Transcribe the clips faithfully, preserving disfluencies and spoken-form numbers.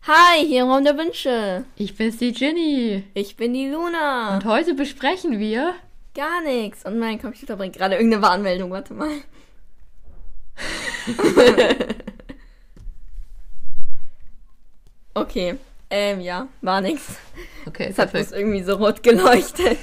Hi, hier im Raum der Wünsche. Ich bin's, die Ginny. Ich bin die Luna. Und heute besprechen wir... Gar nichts. Und mein Computer bringt gerade irgendeine Warnmeldung. Warte mal. Okay. Ähm, ja, war nix. Okay, es hat bloß irgendwie so rot geleuchtet.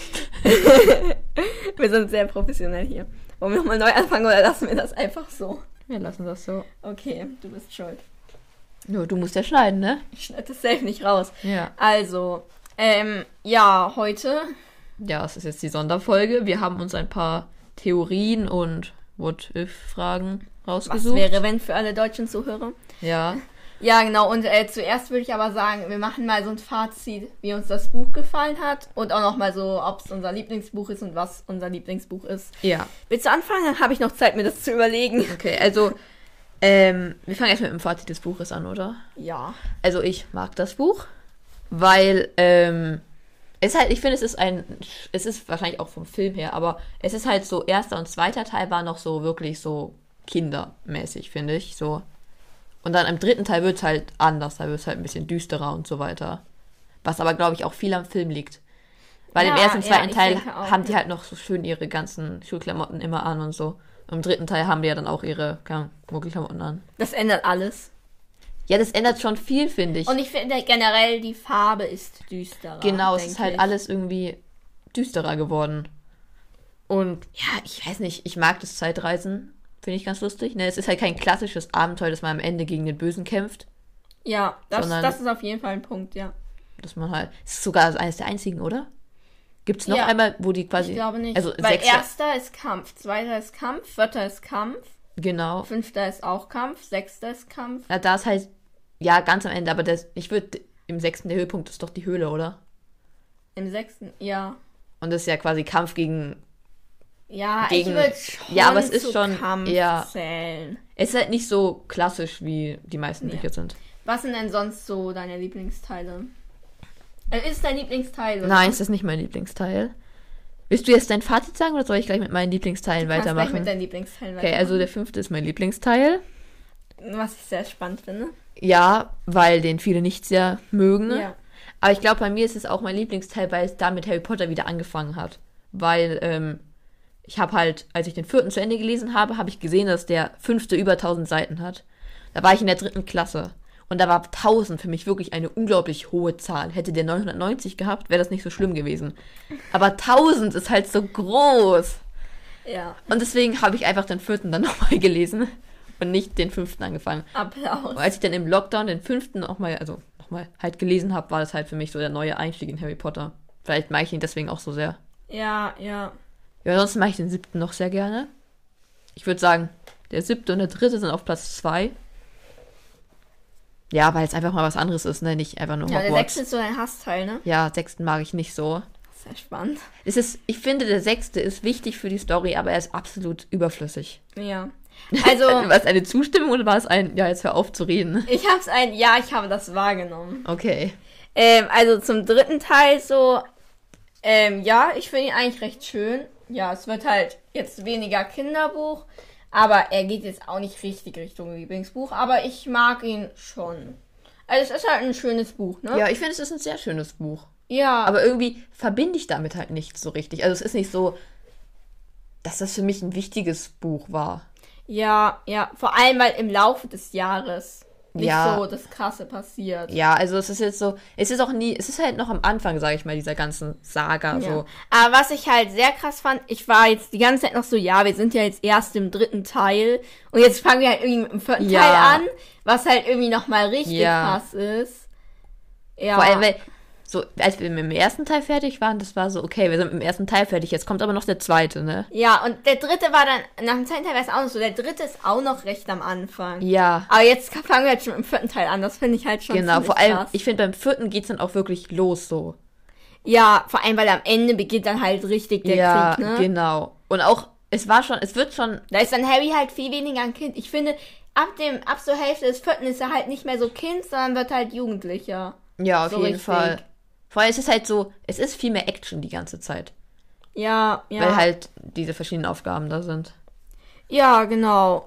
Wir sind sehr professionell hier. Wollen wir nochmal neu anfangen oder lassen wir das einfach so? Wir lassen das so. Okay, du bist schuld. Nur, du musst ja schneiden, ne? Ich schneide das safe nicht raus. Ja. Also, ähm, ja, heute... Ja, es ist jetzt die Sonderfolge. Wir haben uns ein paar Theorien und What-If-Fragen rausgesucht. Was wäre, wenn für alle deutschen Zuhörer? Ja. Ja, genau. Und äh, zuerst würde ich aber sagen, wir machen mal so ein Fazit, wie uns das Buch gefallen hat. Und auch nochmal so, ob es unser Lieblingsbuch ist und was unser Lieblingsbuch ist. Ja. Willst du anfangen? Dann habe ich noch Zeit, mir das zu überlegen. Okay, also, ähm, wir fangen erst mit dem Fazit des Buches an, oder? Ja. Also, ich mag das Buch, weil, ähm, es ist halt, ich finde, es ist ein, es ist wahrscheinlich auch vom Film her, aber es ist halt so, erster und zweiter Teil war noch so wirklich so kindermäßig, finde ich, so. Und dann im dritten Teil wird es halt anders, da wird es halt ein bisschen düsterer und so weiter. Was aber, glaube ich, auch viel am Film liegt. Weil Ja, im ersten und zweiten ja, Teil auch, haben die ja. halt noch so schön ihre ganzen Schulklamotten immer an und so. Und im dritten Teil haben die ja dann auch ihre, keine Ahnung, Mogelklamotten an. Das ändert alles. Ja, das ändert schon viel, finde ich. Und ich finde generell, die Farbe ist düsterer. Genau, es ist halt ich. alles irgendwie düsterer geworden. Und ja, ich weiß nicht, ich mag das Zeitreisen. Finde ich ganz lustig. Ne, es ist halt kein klassisches Abenteuer, dass man am Ende gegen den Bösen kämpft. Ja, das, sondern- das ist auf jeden Fall ein Punkt, ja. Dass man halt. Es ist sogar eines der einzigen, oder? Gibt es noch Ja. einmal, wo die quasi. Ich glaube nicht. Also Weil sechster- erster ist Kampf, zweiter ist Kampf, vierter ist Kampf, Genau. fünfter ist auch Kampf, sechster ist Kampf. Ja, da ist halt. Ja, ganz am Ende, aber das, ich würde. Im sechsten der Höhepunkt ist doch die Höhle, oder? Im sechsten, ja. Und das ist ja quasi Kampf gegen. Ja, Gegen- ich würde schon Ja, aber es ist zu schon- Kampf ja. zählen. Es ist halt nicht so klassisch, wie die meisten Nee. Bücher sind. Was sind denn sonst so deine Lieblingsteile? Äh, ist es dein Lieblingsteil? oder? Nein, es ist nicht mein Lieblingsteil. Willst du jetzt dein Fazit sagen oder soll ich gleich mit meinen Lieblingsteilen Du kannst gleich weitermachen? mit deinen Lieblingsteilen Okay, also der fünfte ist mein Lieblingsteil. weitermachen. Was ich sehr spannend finde. Ja, weil den viele nicht sehr mögen. Ja. Aber ich glaube, bei mir ist es auch mein Lieblingsteil, weil es da mit Harry Potter wieder angefangen hat. Weil ähm, ich habe halt, als ich den vierten zu Ende gelesen habe, habe ich gesehen, dass der fünfte über tausend Seiten hat. Da war ich in der dritten Klasse. Und da war tausend für mich wirklich eine unglaublich hohe Zahl. Hätte der neunhundertneunzig gehabt, wäre das nicht so schlimm gewesen. Aber tausend ist halt so groß. Ja. Und deswegen habe ich einfach den vierten dann nochmal gelesen und nicht den fünften angefangen. Applaus. Und als ich dann im Lockdown den fünften nochmal, also nochmal halt gelesen habe, war das halt für mich so der neue Einstieg in Harry Potter. Vielleicht mag ich ihn deswegen auch so sehr. Ja, ja. Ja, ansonsten mag ich den siebten noch sehr gerne. Ich würde sagen, der siebte und der dritte sind auf Platz zwei. Ja, weil es einfach mal was anderes ist, ne? Nicht einfach nur Ja, der Hogwarts. sechste ist so dein Hassteil, ne? Ja, sechsten mag ich nicht so. Sehr spannend. Es ist, ich finde, der sechste ist wichtig für die Story, aber er ist absolut überflüssig. Ja. Also, War es eine Zustimmung oder war es ein, ja, jetzt hör auf zu reden? ich hab's ein, ja, ich habe das wahrgenommen. Okay. Ähm, also zum dritten Teil so, ähm, ja, ich finde ihn eigentlich recht schön. Ja, es wird halt jetzt weniger Kinderbuch, aber er geht jetzt auch nicht richtig Richtung Lieblingsbuch, aber ich mag ihn schon. Also es ist halt ein schönes Buch, ne? Ja, ich finde, es ist ein sehr schönes Buch. Ja, Aber irgendwie verbinde ich damit halt nichts so richtig. Also es ist nicht so, dass das für mich ein wichtiges Buch war. ja, ja, vor allem, weil im Laufe des Jahres nicht Ja. so das Krasse passiert. Ja, also es ist jetzt so, es ist auch nie, es ist halt noch am Anfang, sage ich mal, dieser ganzen Saga. Ja. So. Aber was ich halt sehr krass fand, ich war jetzt die ganze Zeit noch so, ja, wir sind ja jetzt erst im dritten Teil und jetzt fangen wir halt irgendwie mit dem vierten Ja. Teil an, was halt irgendwie nochmal richtig Ja. krass ist. Ja. Vor allem, weil, so, als wir mit dem ersten Teil fertig waren, das war so, okay, wir sind mit dem ersten Teil fertig, jetzt kommt aber noch der zweite, ne? Ja, und der dritte war dann, nach dem zweiten Teil war es auch noch so, der dritte ist auch noch recht am Anfang. Ja, Aber jetzt fangen wir halt schon mit dem vierten Teil an, das finde ich halt schon genau. ziemlich Vor allem, krass. ich finde, beim vierten geht's dann auch wirklich los, so. Ja, vor allem, weil am Ende beginnt dann halt richtig der ja, Krieg, ne? genau. Und auch, es war schon, es wird schon, Da ist dann Harry halt viel weniger ein Kind. Ich finde, ab dem, ab zur Hälfte des vierten ist er halt nicht mehr so Kind, sondern wird halt Jugendlicher. ja, auf So jeden richtig. Fall. Vor allem, es ist halt so, es ist viel mehr Action die ganze Zeit. Ja, ja. Weil halt diese verschiedenen Aufgaben da sind. Ja, genau.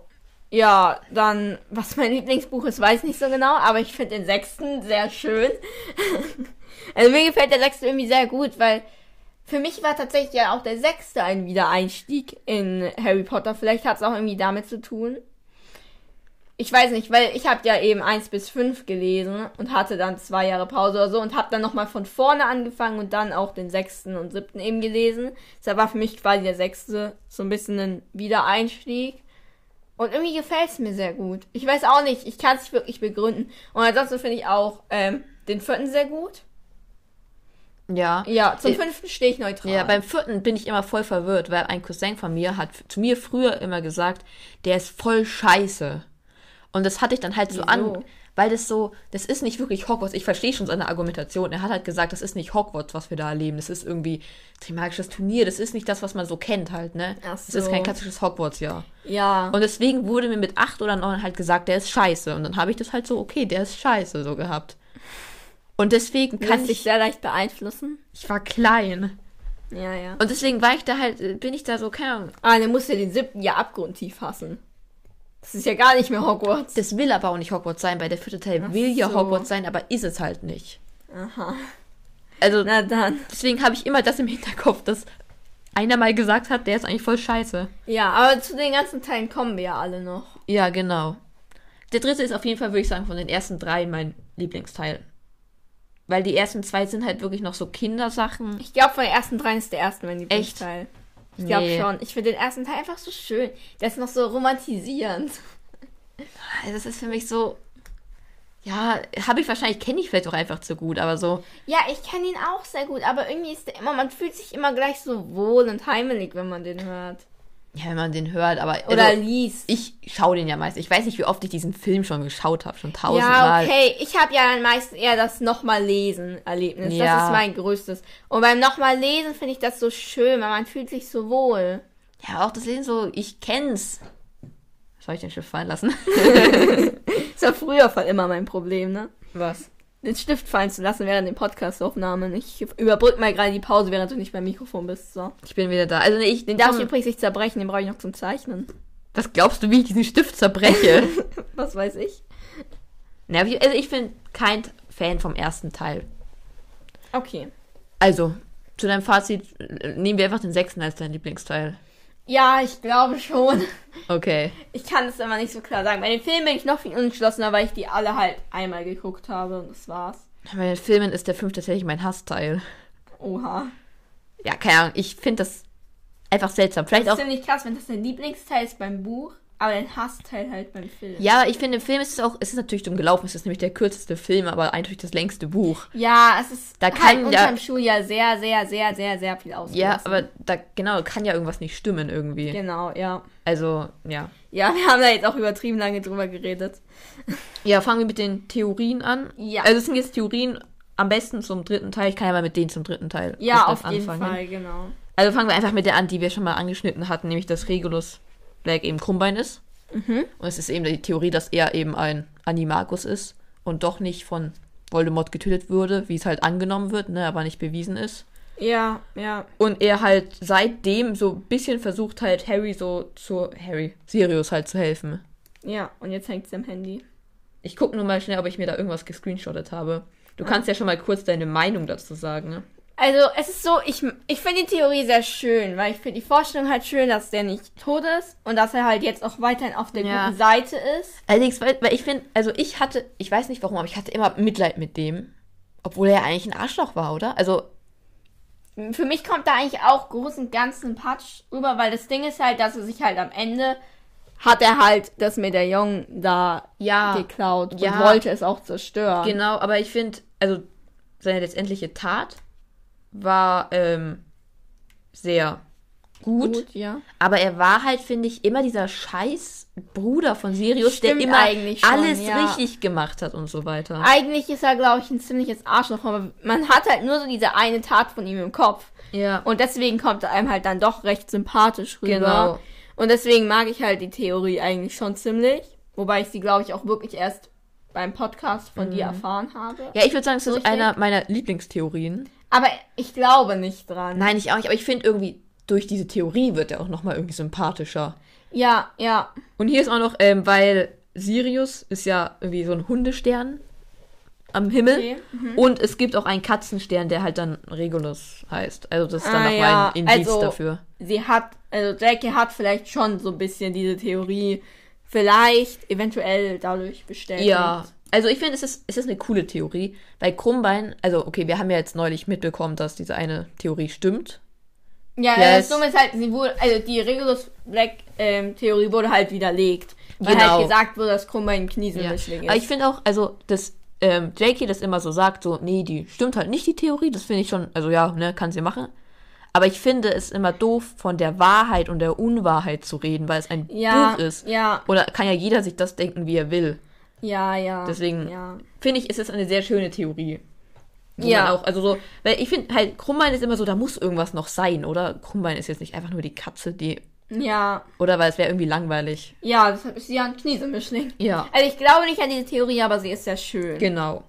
Ja, dann, was mein Lieblingsbuch ist, weiß ich nicht so genau, aber ich finde den sechsten sehr schön. Also mir gefällt der sechste irgendwie sehr gut, weil für mich war tatsächlich ja auch der sechste ein Wiedereinstieg in Harry Potter. Vielleicht hat es auch irgendwie damit zu tun. Ich weiß nicht, weil ich habe ja eben eins bis fünf gelesen und hatte dann zwei Jahre Pause oder so und habe dann nochmal von vorne angefangen und dann auch den sechsten und siebten eben gelesen. Deshalb war für mich quasi der sechste so ein bisschen ein Wiedereinstieg. Und irgendwie gefällt es mir sehr gut. Ich weiß auch nicht, ich kann es nicht wirklich begründen. Und ansonsten finde ich auch ähm, den vierten sehr gut. Ja. Ja, zum Äh, fünften stehe ich neutral. Ja, beim vierten bin ich immer voll verwirrt, weil ein Cousin von mir hat zu mir früher immer gesagt, der ist voll scheiße. Und das hatte ich dann halt so Wieso? an, weil das so, das ist nicht wirklich Hogwarts. Ich verstehe schon seine Argumentation. Er hat halt gesagt, das ist nicht Hogwarts, was wir da erleben. Das ist irgendwie Trimagisches Turnier. Das ist nicht das, was man so kennt halt, ne? Ach Das ist so. kein klassisches Hogwarts-Jahr. Ja. Und deswegen wurde mir mit acht oder neun halt gesagt, der ist scheiße. Und dann habe ich das halt so, okay, der ist scheiße so gehabt. Und deswegen kann Kann dich ich, sehr leicht beeinflussen. ich war klein. Ja, ja. Und deswegen war ich da halt, bin ich da so, keine Ahnung. Ah, dann musst du den siebten ja abgrundtief hassen. Das ist ja gar nicht mehr Hogwarts. Das will aber auch nicht Hogwarts sein, weil der vierte Teil Ach will ja so. Hogwarts sein, aber ist es halt nicht. Aha. Also, Na dann. deswegen habe ich immer das im Hinterkopf, dass einer mal gesagt hat, der ist eigentlich voll scheiße. Ja, aber zu den ganzen Teilen kommen wir ja alle noch. Ja, genau. Der dritte ist auf jeden Fall, würde ich sagen, von den ersten drei mein Lieblingsteil. Weil die ersten zwei sind halt wirklich noch so Kindersachen. Ich glaube, von den ersten dreien ist der erste mein Lieblingsteil. Ich glaube Nee. schon. Ich finde den ersten Teil einfach so schön. Der ist noch so romantisierend. Das ist für mich so, ja, habe ich wahrscheinlich, kenne ich vielleicht auch einfach zu gut, aber so, Ja, ich kenne ihn auch sehr gut, aber irgendwie ist der immer, man fühlt sich immer gleich so wohl und heimelig, wenn man den hört. ja, wenn man den hört, aber Oder also, liest. ich schaue den ja meist. Ich weiß nicht, wie oft ich diesen Film schon geschaut habe, schon Ja, tausendmal. okay. Ich habe ja dann meistens eher das nochmal lesen Erlebnis. Ja. Das ist mein größtes. Und beim nochmal lesen finde ich das so schön, weil man fühlt sich so wohl. Ja, auch das Lesen so, ich kenn's. Soll ich den Stift fallen lassen? Ist ja früher voll immer mein Problem, ne? Was? Den Stift fallen zu lassen während den Podcast-Aufnahmen. Ich überbrück mal gerade die Pause, während du nicht beim Mikrofon bist. So. Ich bin wieder da. Also nee, ich, Den darf ich komm, übrigens nicht zerbrechen, den brauche ich noch zum Zeichnen. was glaubst du, wie ich diesen Stift zerbreche? Was weiß ich? Na, wie- also ich bin kein Fan vom ersten Teil. Okay. Also, zu deinem Fazit, äh, nehmen wir einfach den sechsten als dein Lieblingsteil. Ja, ich glaube schon. Okay. Ich kann es immer nicht so klar sagen. Bei den Filmen bin ich noch viel unentschlossener, weil ich die alle halt einmal geguckt habe und das war's. Bei den Filmen ist der fünfte tatsächlich mein Hassteil. Oha. Ja, keine Ahnung, ich finde das einfach seltsam. Vielleicht Das auch. ist ziemlich krass, wenn das dein Lieblingsteil ist beim Buch, aber dein Hassteil halt beim Film. Ja, ich finde, im Film ist es auch, es ist natürlich dumm gelaufen, es ist nämlich der kürzeste Film, aber eindeutig das längste Buch. Ja, es ist Da halt kann unterm ja- Schuljahr sehr, sehr, sehr, sehr, sehr viel ausgelassen. Ja, aber da, genau, kann ja irgendwas nicht stimmen irgendwie. Genau, ja. Also, ja. Ja, wir haben da jetzt auch übertrieben lange drüber geredet. Ja, fangen wir mit den Theorien an. Ja. Also, es sind jetzt Theorien am besten zum dritten Teil. Ich kann ja mal mit denen zum dritten Teil Ja, kurz auf jeden anfangen. Fall, genau. Also fangen wir einfach mit der an, die wir schon mal angeschnitten hatten, nämlich dass Regulus Black eben Krummbein ist. Mhm. Und es ist eben die Theorie, dass er eben ein Animagus ist und doch nicht von Voldemort getötet wurde, wie es halt angenommen wird, ne, aber nicht bewiesen ist. Ja, ja. Und er halt seitdem so ein bisschen versucht halt Harry so zu, Harry, Sirius halt zu helfen. Ja, und jetzt hängt es am Handy. Ich gucke nur mal schnell, ob ich mir da irgendwas gescreenshottet habe. Du Ja. kannst ja schon mal kurz deine Meinung dazu sagen, ne? Also, es ist so, ich, ich finde die Theorie sehr schön, weil ich finde die Vorstellung halt schön, dass der nicht tot ist und dass er halt jetzt auch weiterhin auf der Ja. guten Seite ist. Allerdings, weil, weil ich finde, also ich hatte, ich weiß nicht warum, aber ich hatte immer Mitleid mit dem. Obwohl er eigentlich ein Arschloch war, oder? Also, Für mich kommt da eigentlich auch groß und ganz sympathisch rüber, weil das Ding ist halt, dass er sich halt am Ende hat er halt das Medaillon da ja, geklaut und Ja. wollte es auch zerstören. genau, aber ich finde, also seine letztendliche Tat war ähm, sehr gut, Gut, ja. aber er war halt, finde ich, immer dieser scheiß Bruder von Sirius, Stimmt der immer eigentlich schon, alles ja. richtig gemacht hat und so weiter. Eigentlich ist er, glaube ich, ein ziemliches Arschloch, aber man hat halt nur so diese eine Tat von ihm im Kopf. Ja, Und deswegen kommt er einem halt dann doch recht sympathisch rüber. genau. Und deswegen mag ich halt die Theorie eigentlich schon ziemlich. Wobei ich sie, glaube ich, auch wirklich erst beim Podcast von Mhm. dir erfahren habe. Ja, ich würde sagen, es ist Richtig. einer meiner Lieblingstheorien. Aber ich glaube nicht dran. Nein, ich auch nicht, aber ich finde irgendwie, durch diese Theorie wird er auch nochmal irgendwie sympathischer. Ja, ja. Und hier ist auch noch, ähm, weil Sirius ist ja irgendwie so ein Hundestern am Himmel. Okay. Mhm. Und es gibt auch einen Katzenstern, der halt dann Regulus heißt. Also das ist dann Ah, nochmal ja. ein Indiz Also, dafür. Sie hat, also J K hat vielleicht schon so ein bisschen diese Theorie vielleicht eventuell dadurch bestätigt. Ja, also ich finde, es ist, es ist eine coole Theorie. Bei Krummbein, also okay, wir haben ja jetzt neulich mitbekommen, dass diese eine Theorie stimmt. Ja, Ja, das es- Dumme ist halt, sie wurde, also die Regulus Black ähm, Theorie wurde halt widerlegt. Weil Genau. halt gesagt wurde, dass Krummbein ein Kniesenmischling Aber ist. ich finde auch, also, dass ähm, J K das immer so sagt, so, nee, die stimmt halt nicht, die Theorie, das finde ich schon, also ja, ne, kann sie machen. Aber ich finde es immer doof, von der Wahrheit und der Unwahrheit zu reden, weil es ein ja, Buch ist. ja, Oder kann ja jeder sich das denken, wie er will. ja, ja. Deswegen Ja. finde ich, ist es eine sehr schöne Theorie. Wo Ja. man auch, also so, weil ich finde halt, Krummbein ist immer so, da muss irgendwas noch sein, oder? Krummbein ist jetzt nicht einfach nur die Katze, die, Ja, oder weil es wäre irgendwie langweilig. ja, deshalb ist sie ja ein Kniesenmischling. Ja. Also ich glaube nicht an diese Theorie, aber sie ist sehr schön. Genau.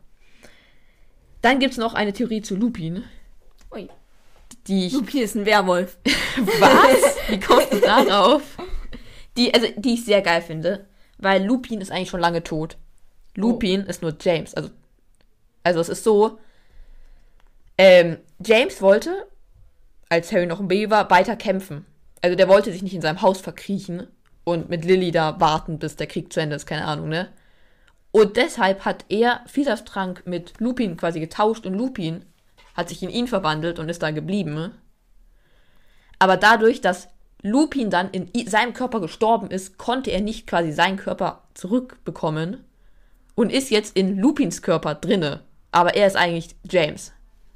Dann gibt es noch eine Theorie zu Lupin, Ui. die ich Lupi ist ein Werwolf. Was? Wie kommst du darauf? Die, also, die ich sehr geil finde, weil Lupin ist eigentlich schon lange tot. Lupin ist nur James. Also, also es ist so, ähm, James wollte, als Harry noch ein Baby war, weiter kämpfen. Also der wollte sich nicht in seinem Haus verkriechen und mit Lily da warten, bis der Krieg zu Ende ist, keine Ahnung, ne? Und deshalb hat er Vielsafttrank mit Lupin quasi getauscht und Lupin hat sich in ihn verwandelt und ist da geblieben. Ne? Aber dadurch, dass Lupin dann in i- seinem Körper gestorben ist, konnte er nicht quasi seinen Körper zurückbekommen und ist jetzt in Lupins Körper drinne. Aber er ist eigentlich James.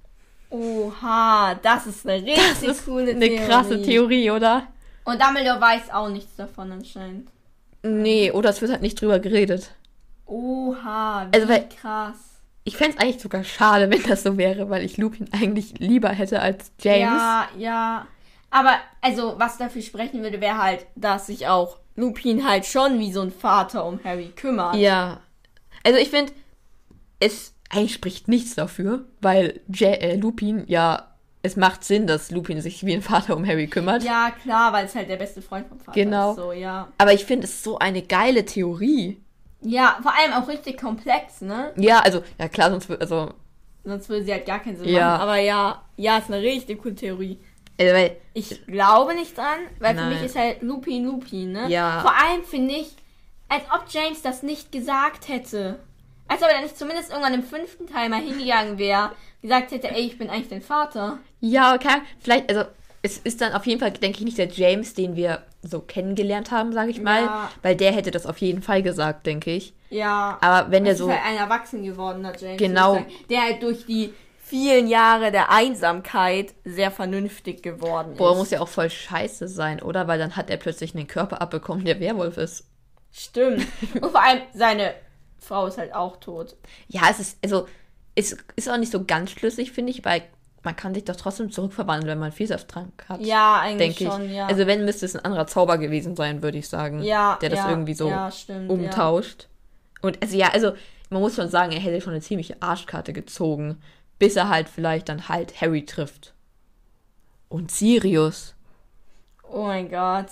Oha, das ist eine richtig Das ist coole eine Theorie. krasse Theorie, oder? Und Dumbledore weiß auch nichts davon anscheinend. Nee, oder es wird halt nicht drüber geredet. Oha, wie Also, weil- krass. Ich fände es eigentlich sogar schade, wenn das so wäre, weil ich Lupin eigentlich lieber hätte als James. Ja, ja. Aber, also, was dafür sprechen würde, wäre halt, dass sich auch Lupin halt schon wie so ein Vater um Harry kümmert. Ja. Also ich finde, es eigentlich spricht nichts dafür, weil J äh, Lupin ja, es macht Sinn, dass Lupin sich wie ein Vater um Harry kümmert. Ja, klar, weil es halt der beste Freund vom Vater Genau. ist. So, ja. Aber ich finde es so eine geile Theorie. Ja, vor allem auch richtig komplex, ne? Ja, also, ja klar, sonst wür- also, Sonst würde sie halt gar keinen Sinn Ja. machen. Aber ja, ja, ist eine richtig coole Theorie. äh, weil, Ich glaube nicht dran, weil Nein. für mich ist halt Lupin Lupin, ne? Ja. Vor allem finde ich, als ob James das nicht gesagt hätte. Als ob er nicht zumindest irgendwann im fünften Teil mal hingegangen wäre, gesagt hätte, ey, ich bin eigentlich dein Vater. ja, okay, vielleicht, also, es ist dann auf jeden Fall, denke ich, nicht der James, den wir so kennengelernt haben, sage ich mal, Ja. weil der hätte das auf jeden Fall gesagt, denke ich. Ja. Aber wenn der das so, ist halt ein erwachsen gewordener James. Genau. würde ich sagen, der halt durch die vielen Jahre der Einsamkeit sehr vernünftig geworden boah, ist. muss ja auch voll scheiße sein, oder? Weil dann hat er plötzlich einen Körper abbekommen, der Werwolf ist. Stimmt. Und vor allem seine Frau ist halt auch tot. Ja, es ist, also, es ist auch nicht so ganz schlüssig, finde ich, weil man kann sich doch trotzdem zurückverwandeln, wenn man Vielsafttrank hat. Ja, eigentlich denke schon, ich. ja. Also wenn, müsste es ein anderer Zauber gewesen sein, würde ich sagen. ja, Der das ja, irgendwie so ja, stimmt, umtauscht. Und also ja, also man muss schon sagen, er hätte schon eine ziemliche Arschkarte gezogen, bis er halt vielleicht dann halt Harry trifft. Und Sirius. Ja. Oh mein Gott.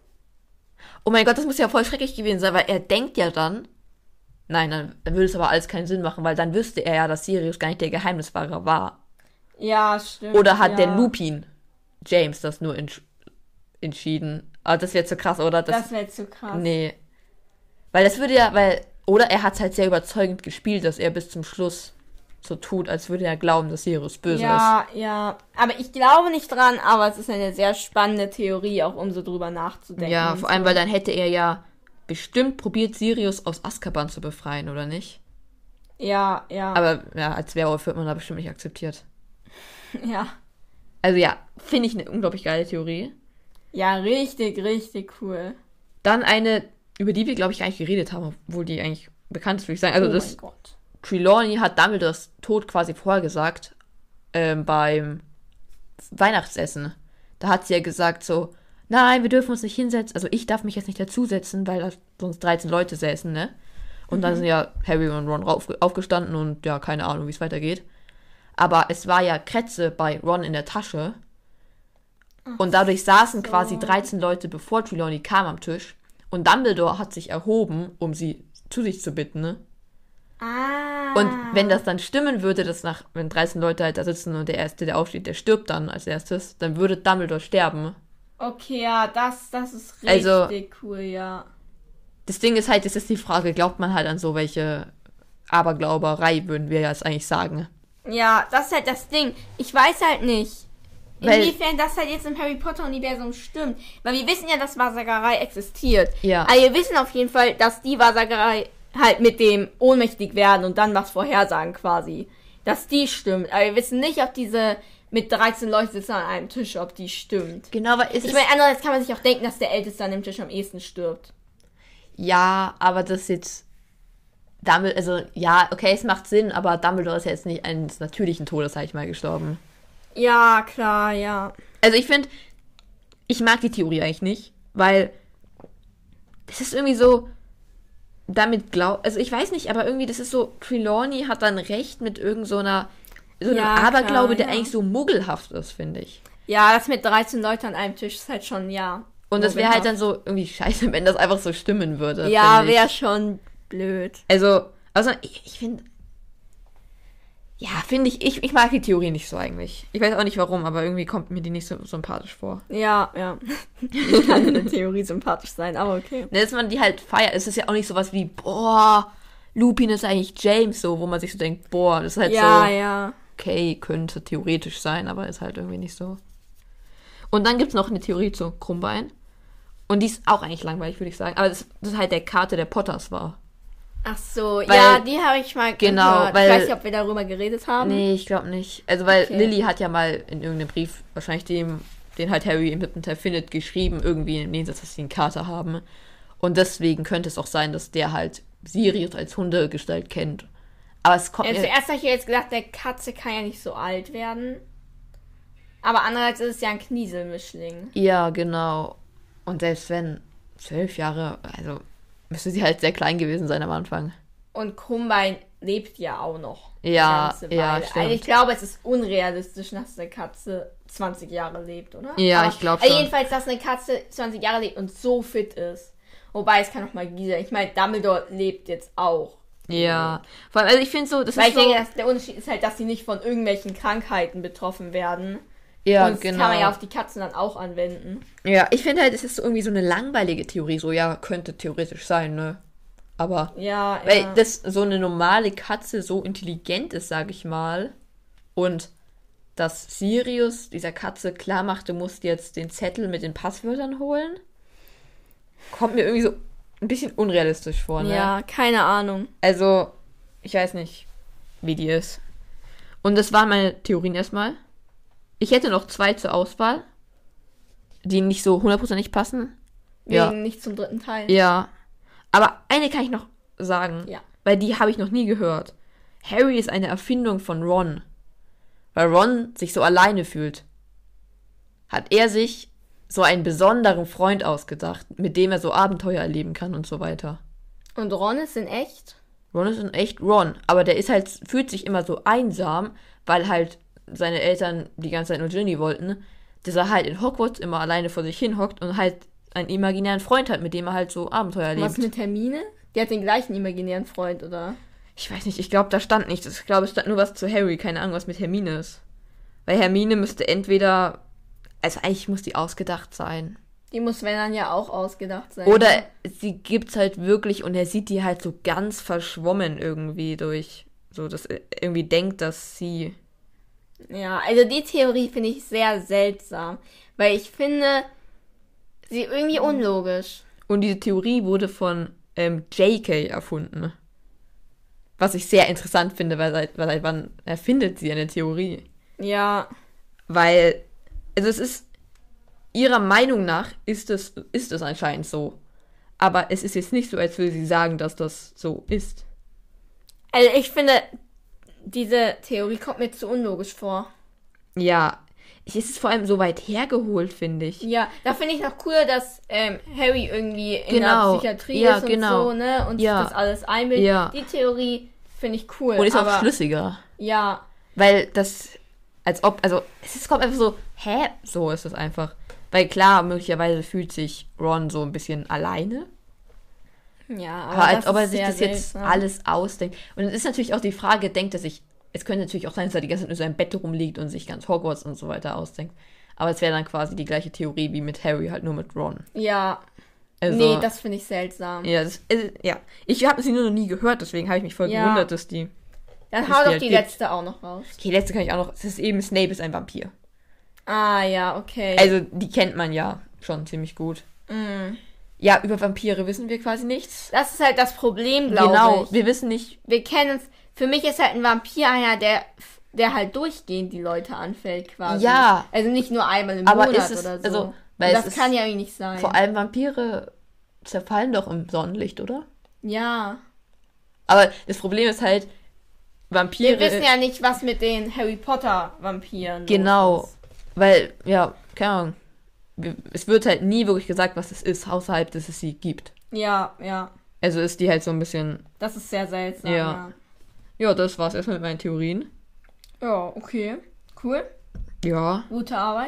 Oh mein Gott, das muss ja voll schrecklich gewesen sein, weil er denkt ja dann, nein, dann würde es aber alles keinen Sinn machen, weil dann wüsste er ja, dass Sirius gar nicht der Geheimniswahrer war. Ja, stimmt. Oder hat ja. der Lupin James das nur entsch entschieden? Aber das wäre zu krass, oder? Das wäre zu krass. Nee. Weil das würde ja, weil, oder er hat es halt sehr überzeugend gespielt, dass er bis zum Schluss so tut, als würde er glauben, dass Sirius böse Ja, ja. Aber ich glaube nicht dran, aber es ist eine sehr spannende Theorie, auch um so drüber ist. nachzudenken. Ja, vor allem, weil dann hätte er ja bestimmt probiert, Sirius aus Azkaban zu befreien, oder nicht? Ja, ja. Aber ja, als Werwolf wird man da bestimmt nicht akzeptiert. ja. Also ja, finde ich eine unglaublich geile Theorie. Ja, richtig, richtig cool. Dann eine, über die wir, glaube ich, gar nicht geredet haben, obwohl die eigentlich bekannt ist, würde ich sagen. Also oh das mein Gott. Trelawney hat Dumbledores Tod quasi vorhergesagt ähm, beim Weihnachtsessen. Da hat sie ja gesagt so, nein, wir dürfen uns nicht hinsetzen. Also ich darf mich jetzt nicht dazusetzen, weil da sonst dreizehn Leute säßen, ne? Und dann sind ja Harry und Ron rauf, aufgestanden und ja, keine Ahnung, wie es weitergeht. Aber es war ja Kretze bei Ron in der Tasche. Und dadurch saßen so. quasi dreizehn Leute, bevor Trelawney kam, am Tisch. Und Dumbledore hat sich erhoben, um sie zu sich zu bitten, ne? Ah. Und wenn das dann stimmen würde, dass nach, wenn dreizehn Leute halt da sitzen und der Erste, der aufsteht, der stirbt dann als erstes, dann würde Dumbledore sterben. Okay, ja, das, das ist richtig also, cool, ja. Das Ding ist halt, es ist die Frage, glaubt man halt an so welche Aberglauberei, würden wir ja jetzt eigentlich sagen. Ja, das ist halt das Ding. Ich weiß halt nicht, inwiefern das halt jetzt im Harry Potter-Universum stimmt. Weil wir wissen ja, dass Wahrsagerei existiert. Ja. Aber wir wissen auf jeden Fall, dass die Wahrsagerei halt mit dem ohnmächtig werden und dann was vorhersagen quasi. Dass die stimmt. Aber wir wissen nicht, ob diese mit dreizehn Leuten sitzen an einem Tisch, ob die stimmt. Genau, weil es Ich meine, andererseits kann man sich auch denken, dass der Älteste an dem Tisch am ehesten stirbt. Ja, aber das jetzt... Dumbledore, also, ja, okay, es macht Sinn, aber Dumbledore ist ja jetzt nicht eines natürlichen Todes, sag ich mal, gestorben. Ja, klar, ja. Also ich finde, ich mag die Theorie eigentlich nicht, weil das ist irgendwie so, damit glaub, also ich weiß nicht, aber irgendwie, das ist so, Trelawney hat dann recht mit irgend so einer, so einem Ja, Aberglaube, klar, der ja. eigentlich so muggelhaft ist, finde ich. Ja, das mit dreizehn Leuten an einem Tisch ist halt schon, ja. Und das wäre halt dann so irgendwie scheiße, wenn das einfach so stimmen würde. Ja, finde ich. wäre schon blöd. Also, also ich, ich finde, ja, finde ich, ich, ich mag die Theorie nicht so eigentlich. Ich weiß auch nicht warum, aber irgendwie kommt mir die nicht so sympathisch vor. Ja, ja. Ich kann in der Theorie sympathisch sein, aber okay. Ne, dass man die halt feiert, es ist ja auch nicht sowas wie, boah, Lupin ist eigentlich James, so, wo man sich so denkt, boah, das ist halt ja, so, ja. okay, könnte theoretisch sein, aber ist halt irgendwie nicht so. Und dann gibt's noch eine Theorie zu Krummbein. Und die ist auch eigentlich langweilig, würde ich sagen. Aber das, das ist halt der Karte der Potters war. Ach so, Weil- ja, die habe ich mal Genau, gehört. weil- Ich weiß nicht, ob wir darüber geredet haben. Nee, ich glaube nicht. Also, weil Okay. Lily hat ja mal in irgendeinem Brief, wahrscheinlich dem, den halt Harry im siebten Teil findet, geschrieben, irgendwie im Gegensatz, dass sie eine Karte haben. Und deswegen könnte es auch sein, dass der halt Sirius als Hundegestalt kennt. Aber es kommt Ja, mir... zuerst habe ich jetzt gedacht, der Katze kann ja nicht so alt werden. Aber andererseits ist es ja ein Knieselmischling. Ja, genau. Und selbst wenn zwölf Jahre, also müsste sie halt sehr klein gewesen sein am Anfang. Und Krummbein lebt ja auch noch. Ja, eine ganze ja, Weile. stimmt. Also ich glaube, es ist unrealistisch, dass eine Katze zwanzig Jahre lebt, oder? Ja, Aber, ich glaub also schon. jedenfalls, dass eine Katze zwanzig Jahre lebt und so fit ist. Wobei, es kann auch Magie sein. Ich meine, Dumbledore lebt jetzt auch. Ja. Vor allem, also ich finde so, das Weil ist ich so... denke, dass der Unterschied ist halt, dass sie nicht von irgendwelchen Krankheiten betroffen werden. ja, und das genau. kann man ja auf die Katzen dann auch anwenden. Ja, ich finde halt, es ist so irgendwie so eine langweilige Theorie. So, ja, könnte theoretisch sein, ne? Aber... Ja, Weil ja. das so eine normale Katze so intelligent ist, sag ich mal. Und dass Sirius dieser Katze klar macht, du musst jetzt den Zettel mit den Passwörtern holen, kommt mir irgendwie so ein bisschen unrealistisch vor, ne? Ja, keine Ahnung. Also, ich weiß nicht, wie die ist. Und das waren meine Theorien erstmal. Ich hätte noch zwei zur Auswahl, die nicht so hundertprozentig passen. Wegen Ja. nicht zum dritten Teil. Ja. Aber eine kann ich noch sagen, Ja. weil die habe ich noch nie gehört. Harry ist eine Erfindung von Ron. Weil Ron sich so alleine fühlt. Hat er sich so einen besonderen Freund ausgedacht, mit dem er so Abenteuer erleben kann und so weiter. Und Ron ist in echt? Ron ist in echt Ron, aber der ist halt, fühlt sich immer so einsam, weil halt seine Eltern die ganze Zeit nur Ginny wollten, dass er halt in Hogwarts immer alleine vor sich hin hockt und halt einen imaginären Freund hat, mit dem er halt so Abenteuer erlebt. Was mit Hermine? Die hat den gleichen imaginären Freund, oder? Ich weiß nicht, ich glaube, da stand nichts. Ich glaube, es stand nur was zu Harry, keine Ahnung, was mit Hermine ist. Weil Hermine müsste entweder, also eigentlich muss die ausgedacht sein. Die muss, wenn dann ja auch ausgedacht sein. Oder sie gibt's halt wirklich und er sieht die halt so ganz verschwommen irgendwie durch, so dass er irgendwie denkt, dass sie... Ja, also die Theorie finde ich sehr seltsam. Weil ich finde sie irgendwie unlogisch. Und diese Theorie wurde von ähm, J K erfunden. Was ich sehr interessant finde, weil seit, weil seit wann erfindet sie eine Theorie? Ja. Weil, also es ist, ihrer Meinung nach ist es, ist es anscheinend so. Aber es ist jetzt nicht so, als würde sie sagen, dass das so ist. Also ich finde, diese Theorie kommt mir zu unlogisch vor. Ja, es ist vor allem so weit hergeholt, finde ich. Ja, da finde ich noch cool, dass ähm, Harry irgendwie in Genau. der Psychiatrie Ja, ist und genau. so, ne? Und Ja. sich das alles einbildet. Ja. Die Theorie finde ich cool. Und ist aber, auch schlüssiger. Ja, Weil das, als ob, also es ist, kommt einfach so, hä? So ist es einfach. Weil klar, möglicherweise fühlt sich Ron so ein bisschen alleine. Ja, Aber, aber als ob er ist sich sehr das jetzt seltsam. alles ausdenkt. Und es ist natürlich auch die Frage, denkt er sich, es könnte natürlich auch sein, dass er die ganze Zeit in seinem Bett rumliegt und sich ganz Hogwarts und so weiter ausdenkt. Aber es wäre dann quasi die gleiche Theorie wie mit Harry, halt nur mit Ron. Ja. Also, Nee, das finde ich seltsam. Ja, das, äh, ja. Ich habe sie nur noch nie gehört, deswegen habe ich mich voll Ja. gewundert, dass die... Dann dass hau doch halt die gibt. letzte auch noch raus. Okay, letzte kann ich auch noch... Es ist eben, Snape ist ein Vampir. Ah, ja, okay. Also, die kennt man ja schon ziemlich gut. Mm. Ja, über Vampire wissen wir quasi nichts. Das ist halt das Problem, glaube Genau, ich. wir wissen nicht... Wir kennen es. Für mich ist halt ein Vampir einer, der, der halt durchgehend die Leute anfällt, quasi. Ja. Also nicht nur einmal im Aber Monat ist es- oder so. also, Und weil das es ist- kann ja irgendwie nicht sein. Vor allem Vampire zerfallen doch im Sonnenlicht, oder? Ja. Aber das Problem ist halt, Vampire... Wir wissen ja nicht, was mit den Harry Potter Vampiren Genau, los ist. weil, ja, keine Ahnung. Wir- Es wird halt nie wirklich gesagt, was es ist, außerhalb, dass es sie gibt. Ja, ja. Also ist die halt so ein bisschen... Das ist sehr seltsam, Ja. ja. Ja, das war's erstmal mit meinen Theorien. Ja, okay. Cool. Ja. Gute Arbeit.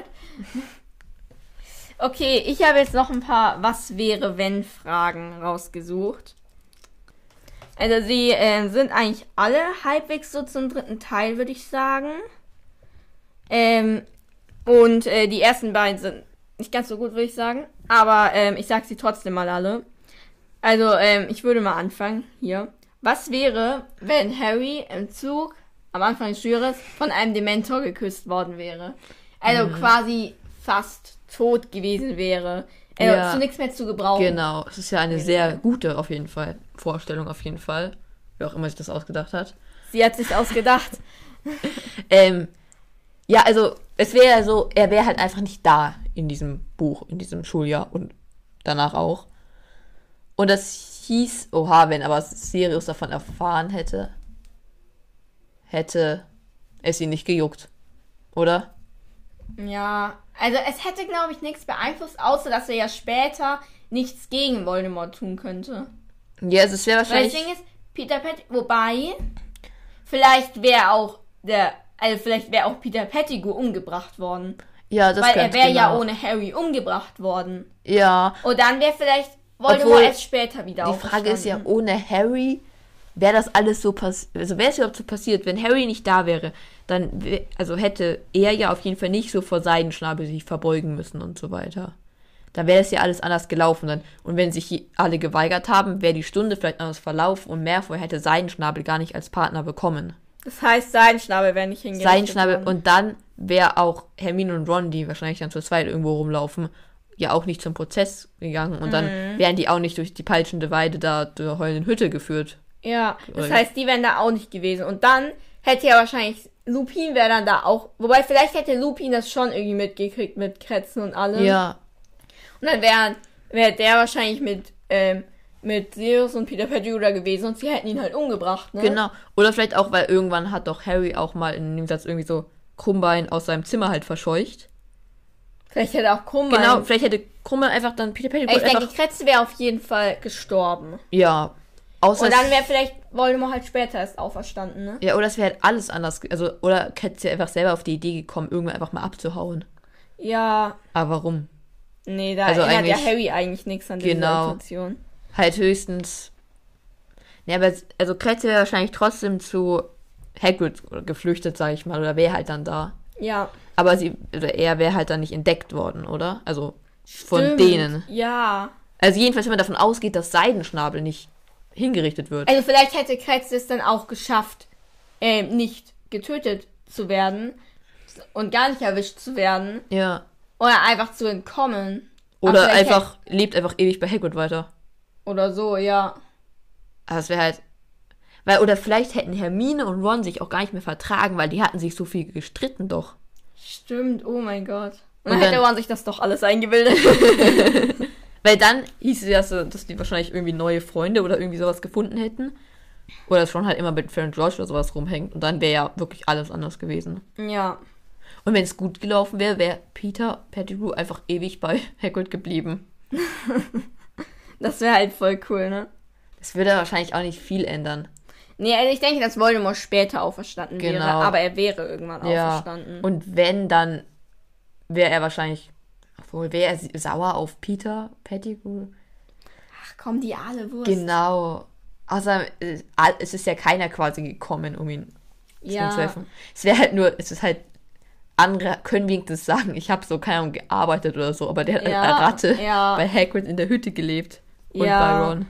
Okay, ich habe jetzt noch ein paar Was wäre wenn Fragen rausgesucht. Also sie äh, sind eigentlich alle halbwegs so zum dritten Teil, würde ich sagen. Ähm, und äh, die ersten beiden sind nicht ganz so gut, würde ich sagen. Aber ähm, ich sage sie trotzdem mal alle. Also ähm, ich würde mal anfangen hier. Was wäre, wenn Harry im Zug am Anfang des Schülers von einem Dementor geküsst worden wäre? Also quasi fast tot gewesen wäre. Also Ja. zu nichts mehr zu gebrauchen. Genau, es ist ja eine sehr gute, auf jeden Fall, Vorstellung auf jeden Fall. Wer auch immer sich das ausgedacht hat. Sie hat sich ausgedacht. Ähm, ja, also, es wäre ja so, er wäre halt einfach nicht da in diesem Buch, in diesem Schuljahr und danach auch. Und das hieß, oha, wenn aber Sirius davon erfahren hätte, hätte es ihn nicht gejuckt. Oder? Ja, also es hätte, glaube ich, nichts beeinflusst, außer dass er ja später nichts gegen Voldemort tun könnte. Ja, also es wäre Weil das wahrscheinlich... Ding ist, Peter Pettigrew, wobei, vielleicht wäre auch der, also vielleicht wäre auch Peter Pettigrew umgebracht worden. Ja, das Weil er könnte, wäre ja genau. ohne Harry umgebracht worden. Ja, Und dann wäre vielleicht Voldemort Obwohl, erst später wieder die Frage ist ja, auferstanden. ohne Harry wäre das alles so passiert, also wäre es überhaupt so passiert, wenn Harry nicht da wäre, dann, wär- also hätte er ja auf jeden Fall nicht so vor Seidenschnabel sich verbeugen müssen und so weiter. Da wäre es ja alles anders gelaufen dann. Und wenn sich je- alle geweigert haben, wäre die Stunde vielleicht anders verlaufen und Malfoy hätte Seidenschnabel gar nicht als Partner bekommen. Das heißt, Seidenschnabel wäre nicht hingerichtet Seidenschnabel worden. und dann wäre auch Hermine und Ron, die wahrscheinlich dann zu zweit irgendwo rumlaufen, ja auch nicht zum Prozess gegangen und dann Mhm. wären die auch nicht durch die peitschende Weide da zur heulenden Hütte geführt. Ja, das Oder- heißt, die wären da auch nicht gewesen. Und dann hätte ja wahrscheinlich, Lupin wäre dann da auch, wobei vielleicht hätte Lupin das schon irgendwie mitgekriegt mit Kretzen und allem. Ja, Und dann wäre wär der wahrscheinlich mit, ähm, mit Sirius und Peter Pettigrew da gewesen und sie hätten ihn halt umgebracht, ne? genau. Oder vielleicht auch, weil irgendwann hat doch Harry auch mal in dem Satz irgendwie so Krummbein aus seinem Zimmer halt verscheucht. Vielleicht hätte auch Krummbein. Genau, vielleicht hätte Krummbein einfach dann Peter Pettigrew Ich denke, einfach... Kretze wäre auf jeden Fall gestorben. Ja, außer... Und dann es- wäre vielleicht Voldemort halt später erst auferstanden, ne? ja, oder es wäre halt alles anders. ge- Also, oder hätte einfach selber auf die Idee gekommen, irgendwann einfach mal abzuhauen. Ja, Aber warum? nee, da Also erinnert ja eigentlich- Harry eigentlich nichts an diese Genau. Situation. Halt höchstens... Ja, aber es- also Kretze wäre wahrscheinlich trotzdem zu Hagrid geflüchtet, sag ich mal, oder wäre halt dann da. Ja. Aber sie, oder er wäre halt dann nicht entdeckt worden, oder? Also von Stimmt. denen. Ja. Also jedenfalls, wenn man davon ausgeht, dass Seidenschnabel nicht hingerichtet wird. Also vielleicht hätte Kretze es dann auch geschafft, ähm, nicht getötet zu werden und gar nicht erwischt zu werden Ja. oder einfach zu entkommen. Aber Oder vielleicht einfach, lebt einfach ewig bei Hagrid weiter. hätte- Oder so, ja. Aber es wäre halt... Weil, oder vielleicht hätten Hermine und Ron sich auch gar nicht mehr vertragen, weil die hatten sich so viel gestritten doch. Stimmt, oh mein Gott. Und Und dann hätte dann- Ron sich das doch alles eingebildet. Weil dann hieß es ja, so, dass die wahrscheinlich irgendwie neue Freunde oder irgendwie sowas gefunden hätten. Oder dass Ron halt immer mit Fern George oder sowas rumhängt. Und dann wäre ja wirklich alles anders gewesen. Ja. Und wenn es gut gelaufen wäre, wäre Peter Pettigrew einfach ewig bei Hagrid geblieben. Das wäre halt voll cool, ne? Das würde wahrscheinlich auch nicht viel ändern. Nee, also ich denke, dass Voldemort später auferstanden Genau. wäre, aber er wäre irgendwann Ja. auferstanden. Und wenn, dann wäre er wahrscheinlich, obwohl, wäre er si- sauer auf Peter Pettigrew? Ach komm, die alle Wurst. Genau. Außer äh, all- es ist ja keiner quasi gekommen, um ihn Ja. zu treffen. Es wäre halt nur, es ist halt, andere können wenigstens sagen, ich habe so, keine Ahnung, gearbeitet oder so, aber der hat Ja, eine Ratte ja. bei Hagrid in der Hütte gelebt. Und Ja. bei Ron.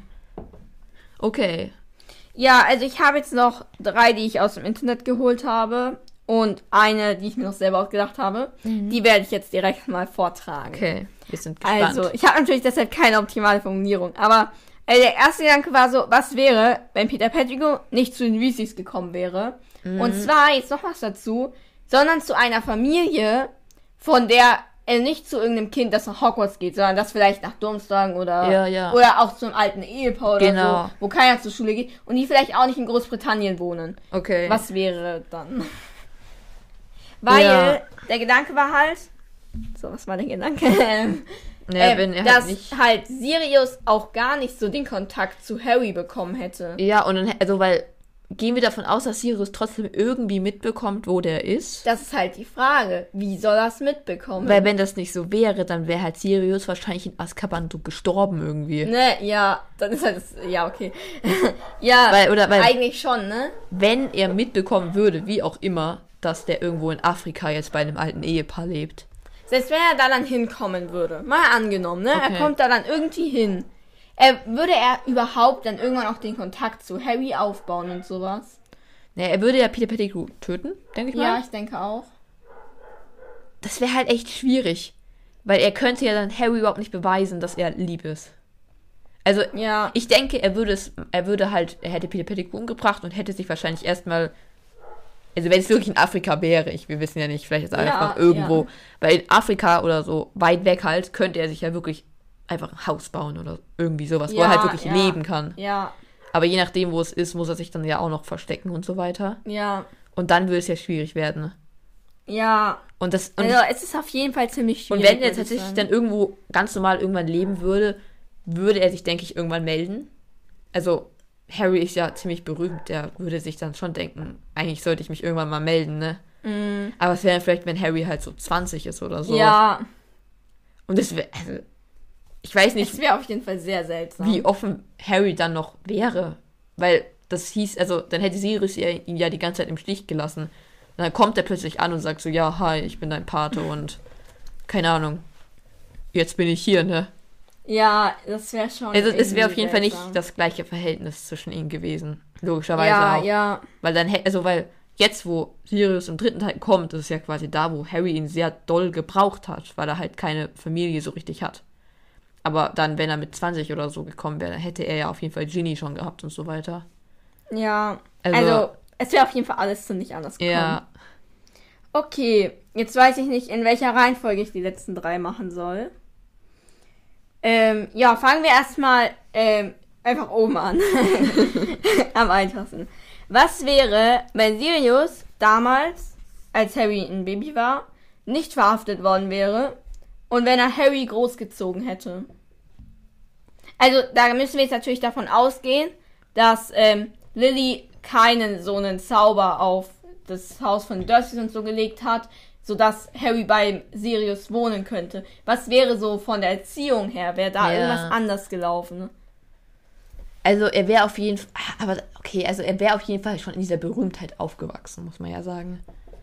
Okay. Ja, also ich habe jetzt noch drei, die ich aus dem Internet geholt habe. Und eine, die ich mir noch selber ausgedacht habe. Die werde ich jetzt direkt mal vortragen. Okay, wir sind gespannt. Also, ich habe natürlich deshalb keine optimale Formulierung. Aber äh, der erste Gedanke war so, was wäre, wenn Peter Pettigrew nicht zu den Weasleys gekommen wäre? Und zwar, jetzt noch was dazu, sondern zu einer Familie, von der er nicht zu irgendeinem Kind, das nach Hogwarts geht, sondern das vielleicht nach Durmstrang oder, Ja, ja. oder auch zu einem alten Ehepaar oder Genau. so, wo keiner zur Schule geht und die vielleicht auch nicht in Großbritannien wohnen. Okay. Was wäre dann? Weil Ja. der Gedanke war halt, so, was war der Gedanke? Ähm, Ja, ähm, wenn er dass halt nicht. halt Sirius auch gar nicht so den Kontakt zu Harry bekommen hätte. Ja, und dann, also, weil, gehen wir davon aus, dass Sirius trotzdem irgendwie mitbekommt, wo der ist? Das ist halt die Frage. Wie soll er es mitbekommen? Weil, wenn das nicht so wäre, dann wäre halt Sirius wahrscheinlich in Azkaban so gestorben irgendwie. Ne, ja, dann ist halt das, ja, okay. ja, Weil- oder weil- eigentlich schon, ne? Wenn er mitbekommen würde, wie auch immer, dass der irgendwo in Afrika jetzt bei einem alten Ehepaar lebt. Selbst wenn er da dann hinkommen würde, mal angenommen, ne? Okay. Er kommt da dann irgendwie hin. Er, würde er überhaupt dann irgendwann auch den Kontakt zu Harry aufbauen und sowas? Naja, er würde ja Peter Pettigrew töten, denke ich mal. Ja, ich denke auch. Das wäre halt echt schwierig. Weil er könnte ja dann Harry überhaupt nicht beweisen, dass er lieb ist. Also, Ja. ich denke, er würde es, er würde halt, er hätte Peter Pettigrew umgebracht und hätte sich wahrscheinlich erstmal, also wenn es wirklich in Afrika wäre, ich, wir wissen ja nicht, vielleicht ist es Ja, einfach irgendwo, ja. weil in Afrika oder so weit weg halt, könnte er sich ja wirklich einfach ein Haus bauen oder irgendwie sowas, wo er Ja, halt wirklich ja. leben kann. Ja, Aber je nachdem, wo es ist, muss er sich dann ja auch noch verstecken und so weiter. ja, Und dann würde es ja schwierig werden. ja. Und das, und Also es ist auf jeden Fall ziemlich Und schwierig. wenn er würde ich tatsächlich sagen. dann irgendwo ganz normal irgendwann leben würde, würde er sich, denke ich, irgendwann melden. Also, Harry ist ja ziemlich berühmt, der würde sich dann schon denken, eigentlich sollte ich mich irgendwann mal melden, ne? Mm, Aber es wäre dann vielleicht, wenn Harry halt so zwanzig ist oder so. ja, Und das wäre, also, ich weiß nicht, es wäre auf jeden Fall sehr seltsam. wie offen Harry dann noch wäre. Weil das hieß, also, dann hätte Sirius ja- ihn ja die ganze Zeit im Stich gelassen. Und dann kommt er plötzlich an und sagt so, ja, hi, ich bin dein Pate und keine Ahnung, jetzt bin ich hier, ne? Ja, das wäre schon. Also es wäre auf irgendwie jeden Fall seltsam. nicht das gleiche Verhältnis zwischen ihnen gewesen. Logischerweise Ja, auch. ja, Weil dann, hä- also weil jetzt, wo Sirius im dritten Teil kommt, das ist ja quasi da, wo Harry ihn sehr doll gebraucht hat, weil er halt keine Familie so richtig hat. Aber dann, wenn er mit zwanzig oder so gekommen wäre, dann hätte er ja auf jeden Fall Ginny schon gehabt und so weiter. ja. Also- Also, es wäre auf jeden Fall alles ziemlich anders gekommen. Ja, Okay, jetzt weiß ich nicht, in welcher Reihenfolge ich die letzten drei machen soll. Ähm, ja, fangen wir erstmal ähm, einfach oben an. Am einfachsten. Was wäre, wenn Sirius damals, als Harry ein Baby war, nicht verhaftet worden wäre und wenn er Harry großgezogen hätte? Also, da müssen wir jetzt natürlich davon ausgehen, dass ähm, Lily keinen so einen Zauber auf das Haus von Dursley und so gelegt hat, sodass Harry bei Sirius wohnen könnte. Was wäre so von der Erziehung her? Wäre da Ja. irgendwas anders gelaufen? also er wäre auf jeden Fall, aber okay, also er wäre auf jeden Fall schon in dieser Berühmtheit aufgewachsen, muss man ja sagen.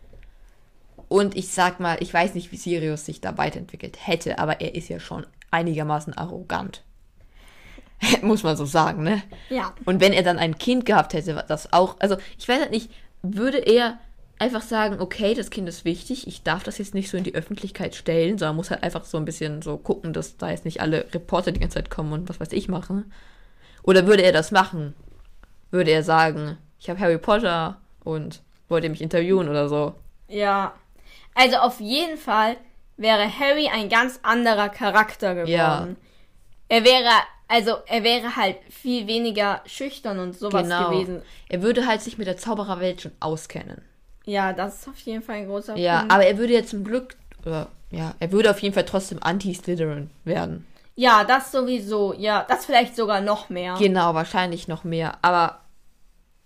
Und ich sag mal, ich weiß nicht, wie Sirius sich da weiterentwickelt hätte, aber er ist ja schon einigermaßen arrogant. Muss man so sagen, ne? Ja. Und wenn er dann ein Kind gehabt hätte, das auch, also ich weiß halt nicht, würde er einfach sagen, okay, das Kind ist wichtig, ich darf das jetzt nicht so in die Öffentlichkeit stellen, sondern muss halt einfach so ein bisschen so gucken, dass da jetzt nicht alle Reporter die ganze Zeit kommen und was weiß ich machen. Oder würde er das machen? Würde er sagen, ich habe Harry Potter und wollt ihr mich interviewen oder so? Ja. Also auf jeden Fall wäre Harry ein ganz anderer Charakter geworden. Ja. Er wäre, also er wäre halt viel weniger schüchtern und sowas Genau. gewesen. Er würde halt sich mit der Zaubererwelt schon auskennen. Ja, das ist auf jeden Fall ein großer Ja, Punkt. aber er würde ja zum Glück, oder, ja, er würde auf jeden Fall trotzdem Anti-Slytherin werden. Ja, das sowieso. Ja, das vielleicht sogar noch mehr. Genau, wahrscheinlich noch mehr. Aber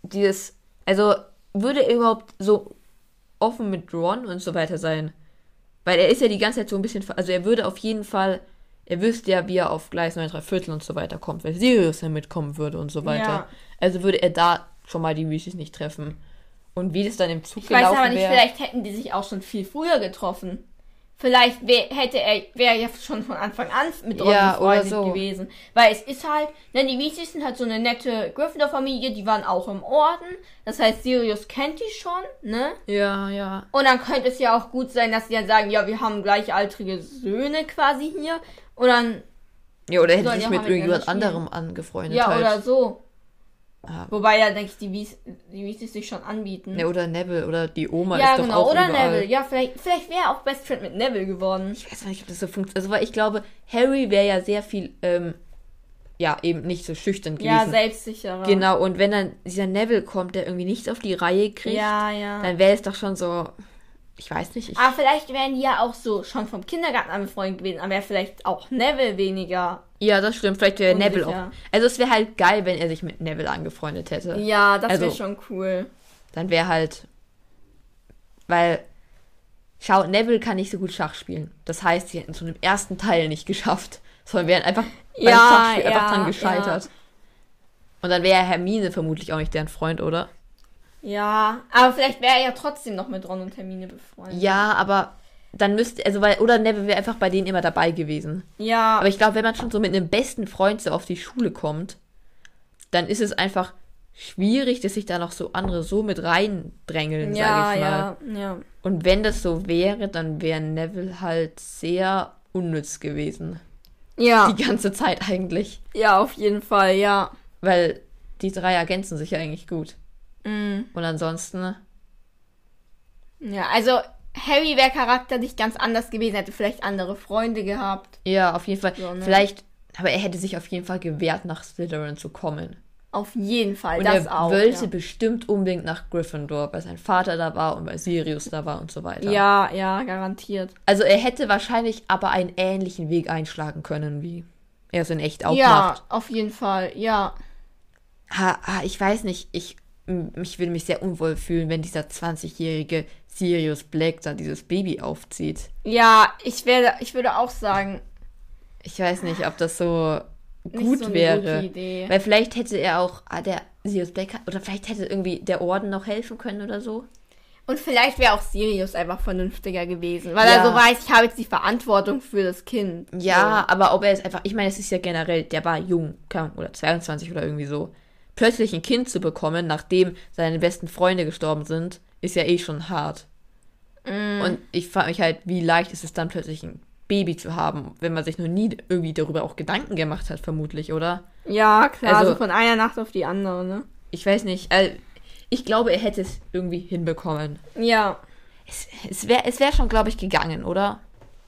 dieses, also würde er überhaupt so offen mit Ron und so weiter sein? Weil er ist ja die ganze Zeit so ein bisschen, also er würde auf jeden Fall, er wüsste ja, wie er auf Gleis neun drei Viertel und so weiter kommt, weil Sirius ja mitkommen würde und so weiter. Ja. Also würde er da schon mal die Weasleys nicht treffen. Und wie das dann im Zug Ich weiß gelaufen aber nicht, wäre. vielleicht hätten die sich auch schon viel früher getroffen. Vielleicht wär, hätte er, wäre er ja schon von Anfang an mit Ron Ja, oder befreundet so. gewesen. Weil es ist halt, ne, die Weasleys sind halt so eine nette Gryffindor-Familie, die waren auch im Orden. Das heißt, Sirius kennt die schon, ne? Ja, ja. Und dann könnte es ja auch gut sein, dass sie dann sagen, ja, wir haben gleichaltrige Söhne quasi hier. Und dann, Ja, oder hätte Sollen sich ja mit auch mal irgendjemand miteinander anderem angefreundet ja, halt. oder so. Ja. Wobei ja, denke ich, die Weas- die Weasleys sich schon anbieten. Ja, oder Neville oder die Oma ja, ist doch genau, auch oder überall. Neville. Ja, vielleicht, vielleicht wäre er auch Best Friend mit Neville geworden. Ich weiß nicht, ob das so funktioniert. Also, weil ich glaube, Harry wäre ja sehr viel, ähm, ja, eben nicht so schüchtern gewesen. Ja, selbstsicherer. Genau, und wenn dann dieser Neville kommt, der irgendwie nichts auf die Reihe kriegt, Ja, ja. dann wäre es doch schon so, ich weiß nicht, ich, Aber vielleicht wären die ja auch so schon vom Kindergarten an befreundet gewesen, aber wäre vielleicht auch Neville weniger. ja, das stimmt, vielleicht wäre Unsicher. Neville auch, also es wäre halt geil, wenn er sich mit Neville angefreundet hätte. Ja, das Also- wäre schon cool. Dann wäre halt, weil, schau, Neville kann nicht so gut Schach spielen. Das heißt, sie hätten es schon im ersten Teil nicht geschafft, sondern wären einfach beim Ja, Schachspiel ja, einfach dran gescheitert. Und dann wäre Hermine vermutlich auch nicht deren Freund, oder? Ja, aber vielleicht wäre er ja trotzdem noch mit Ron und Hermine befreundet. Ja, aber dann müsste, also weil, oder Neville wäre einfach bei denen immer dabei gewesen. Ja, Aber ich glaube, wenn man schon so mit einem besten Freund so auf die Schule kommt, dann ist es einfach schwierig, dass sich da noch so andere so mit reindrängeln, ja, sage ich mal. ja, ja. Und wenn das so wäre, dann wäre Neville halt sehr unnütz gewesen. Ja, Die ganze Zeit eigentlich. ja, auf jeden Fall, ja. Weil die drei ergänzen sich ja eigentlich gut. Mhm. Und ansonsten, Ja, also Harry wäre charakterlich ganz anders gewesen, hätte vielleicht andere Freunde gehabt. ja, auf jeden Fall. So, ne? Vielleicht, aber er hätte sich auf jeden Fall gewehrt, nach Slytherin zu kommen. Auf jeden Fall, Und das er auch. wollte ja. bestimmt unbedingt nach Gryffindor, weil sein Vater da war und weil Sirius da war und so weiter. Ja, ja, garantiert. Also er hätte wahrscheinlich aber einen ähnlichen Weg einschlagen können, wie er es in echt auch Ja, macht. auf jeden Fall, ja. Ha, ha, ich weiß nicht, ich, m- ich würde mich sehr unwohl fühlen, wenn dieser zwanzigjährige Sirius Black da dieses Baby aufzieht. Ja, ich werde, ich würde auch sagen, Ich weiß nicht, ob das so nicht gut so eine wäre. gute Idee. Weil vielleicht hätte er auch, ah, der Sirius Black, hat- oder vielleicht hätte irgendwie der Orden noch helfen können oder so. Und vielleicht wäre auch Sirius einfach vernünftiger gewesen, weil Ja. er so weiß, ich habe jetzt die Verantwortung für das Kind. Ja, aber ob er es einfach, ich meine, es ist ja generell, der war jung, keine Ahnung, oder zweiundzwanzig oder irgendwie so. Plötzlich ein Kind zu bekommen, nachdem seine besten Freunde gestorben sind, ist ja eh schon hart. Mm. Und ich frage mich halt, wie leicht ist es dann plötzlich ein Baby zu haben, wenn man sich noch nie irgendwie darüber auch Gedanken gemacht hat, vermutlich, oder? So. Ja, klar, Also- so von einer Nacht auf die andere, ne? Ich weiß nicht, äh, ich glaube, er hätte es irgendwie hinbekommen. Ja. Es, es wäre es wär schon, glaube ich, gegangen, oder?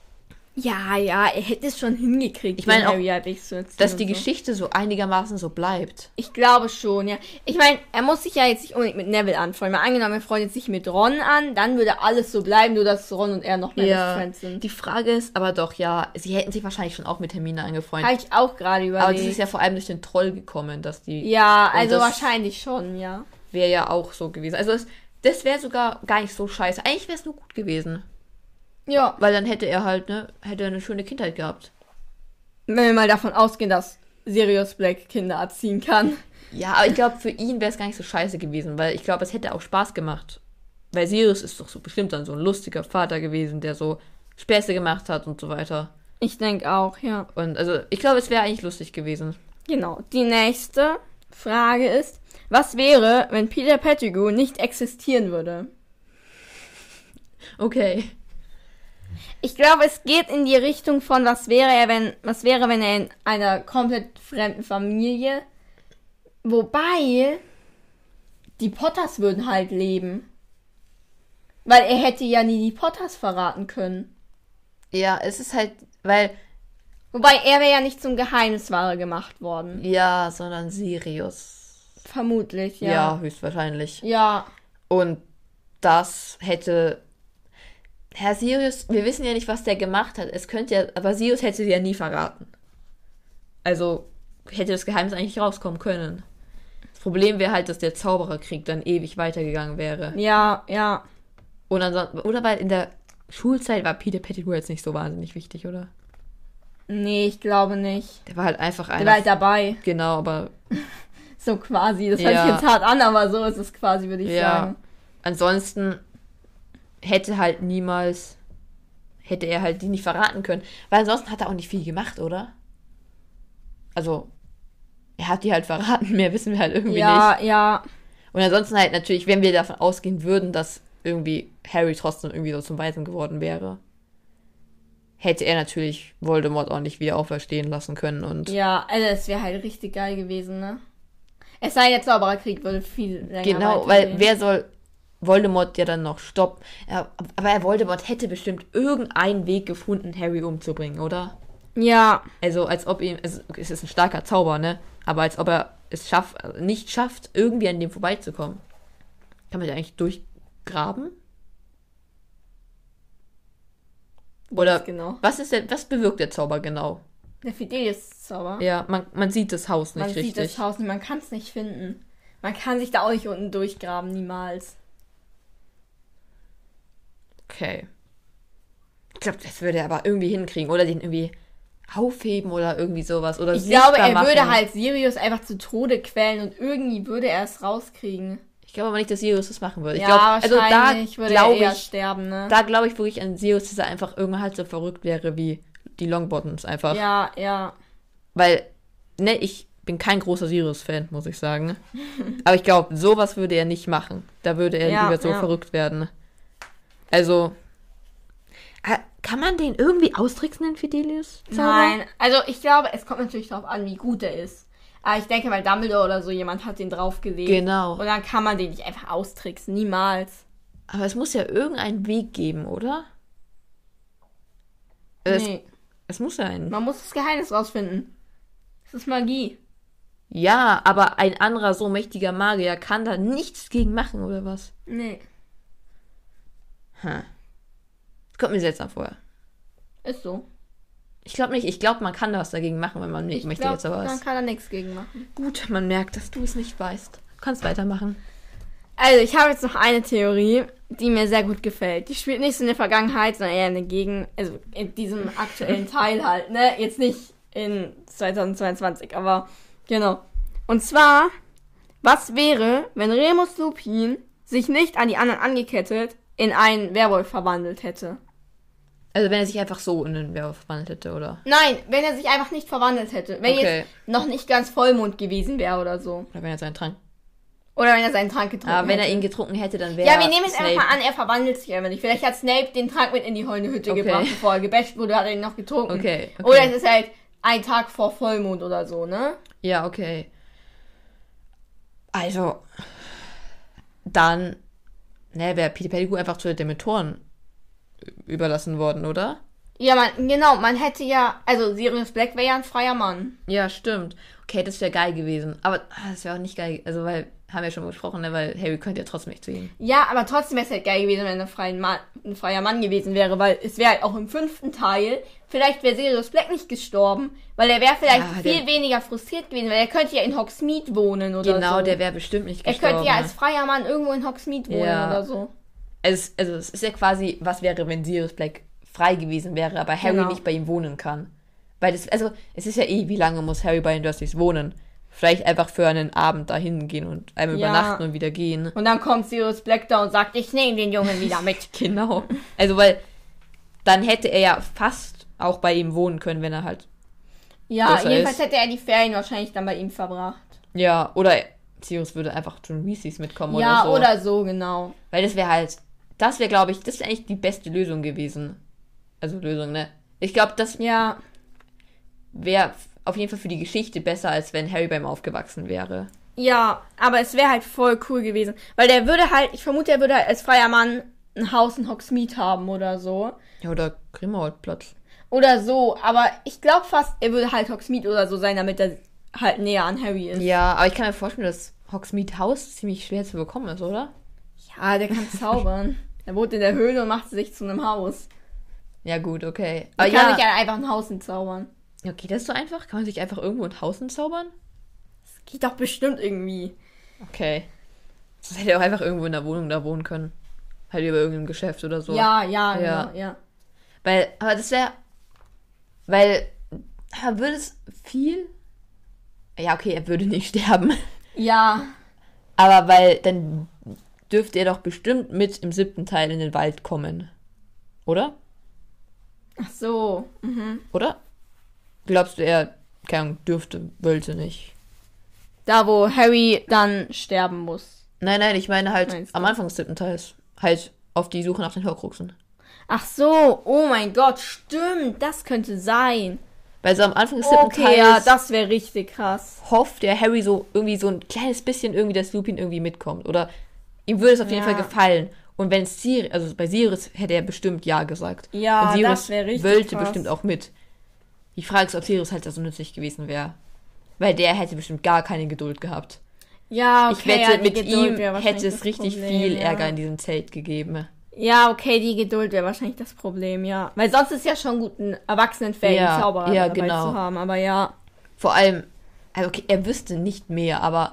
Ja, ja, er hätte es schon hingekriegt, Ich meine den auch, Harry halbwegs zu erziehen Dass und die so. Geschichte so einigermaßen so bleibt. Ich glaube schon, ja. Ich meine, er muss sich ja jetzt nicht unbedingt mit Neville anfreunden. Mal angenommen, er freundet sich mit Ron an, dann würde alles so bleiben, nur dass Ron und er noch mehr Best Friends sind. Die Frage ist aber doch, ja, sie hätten sich wahrscheinlich schon auch mit Hermine angefreundet. Habe ich auch gerade überlegt. Aber das ist ja vor allem durch den Troll gekommen, dass die ja, und also das- wahrscheinlich schon, ja. wäre ja auch so gewesen. Also das, das wäre sogar gar nicht so scheiße. Eigentlich wäre es nur gut gewesen. Ja, Weil dann hätte er halt, ne, hätte er eine schöne Kindheit gehabt. wenn wir mal davon ausgehen, dass Sirius Black Kinder erziehen kann. Ja, aber ich glaube, für ihn wäre es gar nicht so scheiße gewesen, weil ich glaube, es hätte auch Spaß gemacht. Weil Sirius ist doch so bestimmt dann so ein lustiger Vater gewesen, der so Späße gemacht hat und so weiter. Ich denke auch, ja. Und also, ich glaube, es wäre eigentlich lustig gewesen. Genau. Die nächste Frage ist, was wäre, wenn Peter Pettigrew nicht existieren würde? Okay. Ich glaube, es geht in die Richtung von, was wäre er, wenn, was wäre, wenn er in einer komplett fremden Familie, wobei, die Potters würden halt leben. Weil er hätte ja nie die Potters verraten können. Ja, es ist halt, weil, Wobei, er wäre ja nicht zum Geheimniswahrer gemacht worden. ja, sondern Sirius. Vermutlich, Ja, ja. höchstwahrscheinlich. Ja, Und das hätte. Herr Sirius, wir wissen ja nicht, was der gemacht hat. Es könnte ja, aber Sirius hätte sie ja nie verraten. Also hätte das Geheimnis eigentlich rauskommen können. Das Problem wäre halt, dass der Zaubererkrieg dann ewig weitergegangen wäre. Ja, ja. Und ansonsten, oder weil in der Schulzeit war Peter Pettigrew jetzt nicht so wahnsinnig wichtig, oder? Nee, ich glaube nicht. Der war halt einfach einer. Der war halt dabei. Genau, aber... So quasi. Das hört Ja. sich jetzt hart an, aber so ist es quasi, würde ich Ja. sagen. Ansonsten hätte halt niemals... Hätte er halt die nicht verraten können. Weil ansonsten hat er auch nicht viel gemacht, oder? Also... Er hat die halt verraten, mehr wissen wir halt irgendwie Ja, nicht. ja. Und ansonsten halt natürlich, wenn wir davon ausgehen würden, dass irgendwie Harry trotzdem irgendwie so zum Weisen geworden wäre, hätte er natürlich Voldemort auch nicht wieder auferstehen lassen können. Und Ja, also es wäre halt richtig geil gewesen, ne? Es sei jetzt Zaubererkrieg würde viel länger genau, weil weitergehen. wer soll Voldemort ja dann noch stoppen? Ja, aber Voldemort hätte bestimmt irgendeinen Weg gefunden, Harry umzubringen, oder? Ja, Also als ob ihm, also, es ist ein starker Zauber, ne? Aber als ob er es schafft, nicht schafft, irgendwie an dem vorbeizukommen. Kann man ja eigentlich durchgraben? Oder genau. was ist der, was bewirkt der Zauber genau? Der Fidelius-Zauber. Ja, man, man sieht das Haus nicht Man richtig. sieht das Haus nicht, man kann es nicht finden. Man kann sich da auch nicht unten durchgraben, niemals. Okay. Ich glaube, das würde er aber irgendwie hinkriegen. Oder den irgendwie aufheben oder irgendwie sowas. Oder Ich glaube, sichtbar er machen. würde halt Sirius einfach zu Tode quälen und irgendwie würde er es rauskriegen. Ich glaube aber nicht, dass Sirius das machen würde. Ich ja, glaub, also da wahrscheinlich würde er glaube eher ich, sterben, ne? da glaube ich wirklich an Sirius, dass er einfach irgendwann halt so verrückt wäre wie die Longbottoms einfach. Ja, ja. Weil, ne, ich bin kein großer Sirius-Fan, muss ich sagen. Aber ich glaube, sowas würde er nicht machen. Da würde er Ja, lieber so ja. verrückt werden. Also, äh, kann man den irgendwie austricksen, den Fidelius-Zauber? Nein, also ich glaube, es kommt natürlich darauf an, wie gut er ist. Aber ich denke, weil Dumbledore oder so jemand hat den draufgelegt. Genau. Und dann kann man den nicht einfach austricksen. Niemals. Aber es muss ja irgendeinen Weg geben, oder? Es, Nee. es muss ja einen. Man muss das Geheimnis rausfinden. Das ist Magie. Ja, aber ein anderer so mächtiger Magier kann da nichts gegen machen, oder was? Nee. Hm. Das kommt mir seltsam vor. Ist so. Ich glaube nicht. Ich glaube, man kann da was dagegen machen, wenn man nicht Ich mächtiger glaube, Zauberer man ist. kann da nichts gegen machen. Gut, man merkt, dass du es nicht weißt. Du kannst weitermachen. Also, ich habe jetzt noch eine Theorie, die mir sehr gut gefällt. Die spielt nicht so in der Vergangenheit, sondern eher in der Gegen... Also, in diesem aktuellen Teil halt, ne? Jetzt nicht in zweitausendzweiundzwanzig, aber genau. Und zwar, was wäre, wenn Remus Lupin sich nicht an die anderen angekettet in einen Werwolf verwandelt hätte? Also wenn er sich einfach so in den Werwolf verwandelt hätte, oder? Nein, wenn er sich einfach nicht verwandelt hätte. Wenn Okay. jetzt noch nicht ganz Vollmond gewesen wäre oder so. Oder wenn er seinen Trank. Oder wenn er seinen Trank getrunken Aber wenn hätte. er ihn getrunken hätte, dann wäre Ja, wir nehmen jetzt Snape- einfach mal an, er verwandelt sich einfach nicht. Vielleicht hat Snape den Trank mit in die heulende Hütte Okay. gebracht, bevor er gebasht wurde, hat er ihn noch getrunken. Okay, okay. Oder es ist halt ein Tag vor Vollmond oder so, ne? Ja, okay. Also, dann, ne, wäre Peter Pettigrew einfach zu den Dementoren überlassen worden, oder? Ja, man, genau, man hätte ja, also Sirius Black wäre ja ein freier Mann. Ja, stimmt. Okay, das wäre geil gewesen. Aber ah, das wäre auch nicht geil. Also, weil, haben wir schon besprochen, ne, weil Harry könnte ja trotzdem nicht zu ihm. Ja, aber trotzdem wäre es halt geil gewesen, wenn er ein freier Mann, ein freier Mann gewesen wäre, weil es wäre halt auch im fünften Teil, vielleicht wäre Sirius Black nicht gestorben, weil er wäre vielleicht Ja, der- viel weniger frustriert gewesen, weil er könnte ja in Hogsmeade wohnen oder so. Genau, der wäre bestimmt nicht Er gestorben. könnte ja als freier Mann irgendwo in Hogsmeade wohnen Ja. oder so. es, also, es ist ja quasi, was wäre, wenn Sirius Black frei gewesen wäre, aber Harry Genau. nicht bei ihm wohnen kann. Weil das, also, es ist ja eh, wie lange muss Harry bei den Dursleys wohnen? Vielleicht einfach für einen Abend dahin gehen und einmal Ja. übernachten und wieder gehen. Und dann kommt Sirius Black da und sagt, ich nehme den Jungen wieder mit. Genau. Also, weil dann hätte er ja fast auch bei ihm wohnen können, wenn er halt. Ja, Besser jedenfalls ist. hätte er die Ferien wahrscheinlich dann bei ihm verbracht. Ja, oder Sirius würde einfach John Weasleys mitkommen Ja, oder so. oder so, genau. Weil das wäre halt, das wäre, glaube ich, das wäre eigentlich die beste Lösung gewesen. Also Lösung, ne? Ich glaube, das Ja, wäre auf jeden Fall für die Geschichte besser, als wenn Harry bei ihm aufgewachsen wäre. ja, aber es wäre halt voll cool gewesen. Weil der würde halt, ich vermute, er würde halt als freier Mann ein Haus in Hogsmeade haben oder so. Ja, oder Grimmauld-Platz. Oder so, aber ich glaube fast, er würde halt Hogsmeade oder so sein, damit er halt näher an Harry ist. Ja, aber ich kann mir vorstellen, dass Hogsmeade Haus ziemlich schwer zu bekommen ist, oder? Ja, der kann zaubern. Er wohnt in der Höhle und macht sich zu einem Haus. Ja, gut, okay. Er Aber kann ja, nicht einfach ein Haus entzaubern. okay, das ist so einfach. Kann man sich einfach irgendwo ein Haus entzaubern? Geht doch bestimmt irgendwie. Okay. Das hätte er auch einfach irgendwo in der Wohnung da wohnen können. Halt über irgendeinem Geschäft oder so. Ja, ja, Ja. genau, ja. Weil, aber das wäre, weil, aber würde es viel, ja, okay, er würde nicht sterben. Ja, Aber weil, dann dürfte er doch bestimmt mit im siebten Teil in den Wald kommen. Oder? ach so. Mhm. Oder? Glaubst du, er, keine Ahnung, dürfte, wollte nicht? Da, wo Harry dann sterben muss. Nein, nein, ich meine halt Meinst am du? Anfang des siebten Teils. Halt auf die Suche nach den Horcruxen. Ach so, oh mein Gott, stimmt, das könnte sein. Weil so am Anfang des siebten Okay, ja, Teils das wäre richtig krass. hofft der Harry so irgendwie so ein kleines bisschen irgendwie, dass Lupin irgendwie mitkommt. Oder ihm würde es auf jeden Ja. Fall gefallen. Und wenn Sirius, also bei Sirius hätte er bestimmt Ja gesagt. Ja, Und Sirius das wäre richtig wollte krass. bestimmt auch mit. Die Frage ist, ob Sirius halt da so nützlich gewesen wäre. Weil der hätte bestimmt gar keine Geduld gehabt. Ja, okay, ich wette, ja, die mit Geduld ihm wäre wahrscheinlich hätte es das richtig Problem, viel ja. Ärger in diesem Zelt gegeben. Ja, okay, die Geduld wäre wahrscheinlich das Problem, ja. Weil sonst ist ja schon gut, einen erwachsenenfähigen Ja, Zauberer ja, dabei genau. zu haben, aber ja. Vor allem, also okay, er wüsste nicht mehr, aber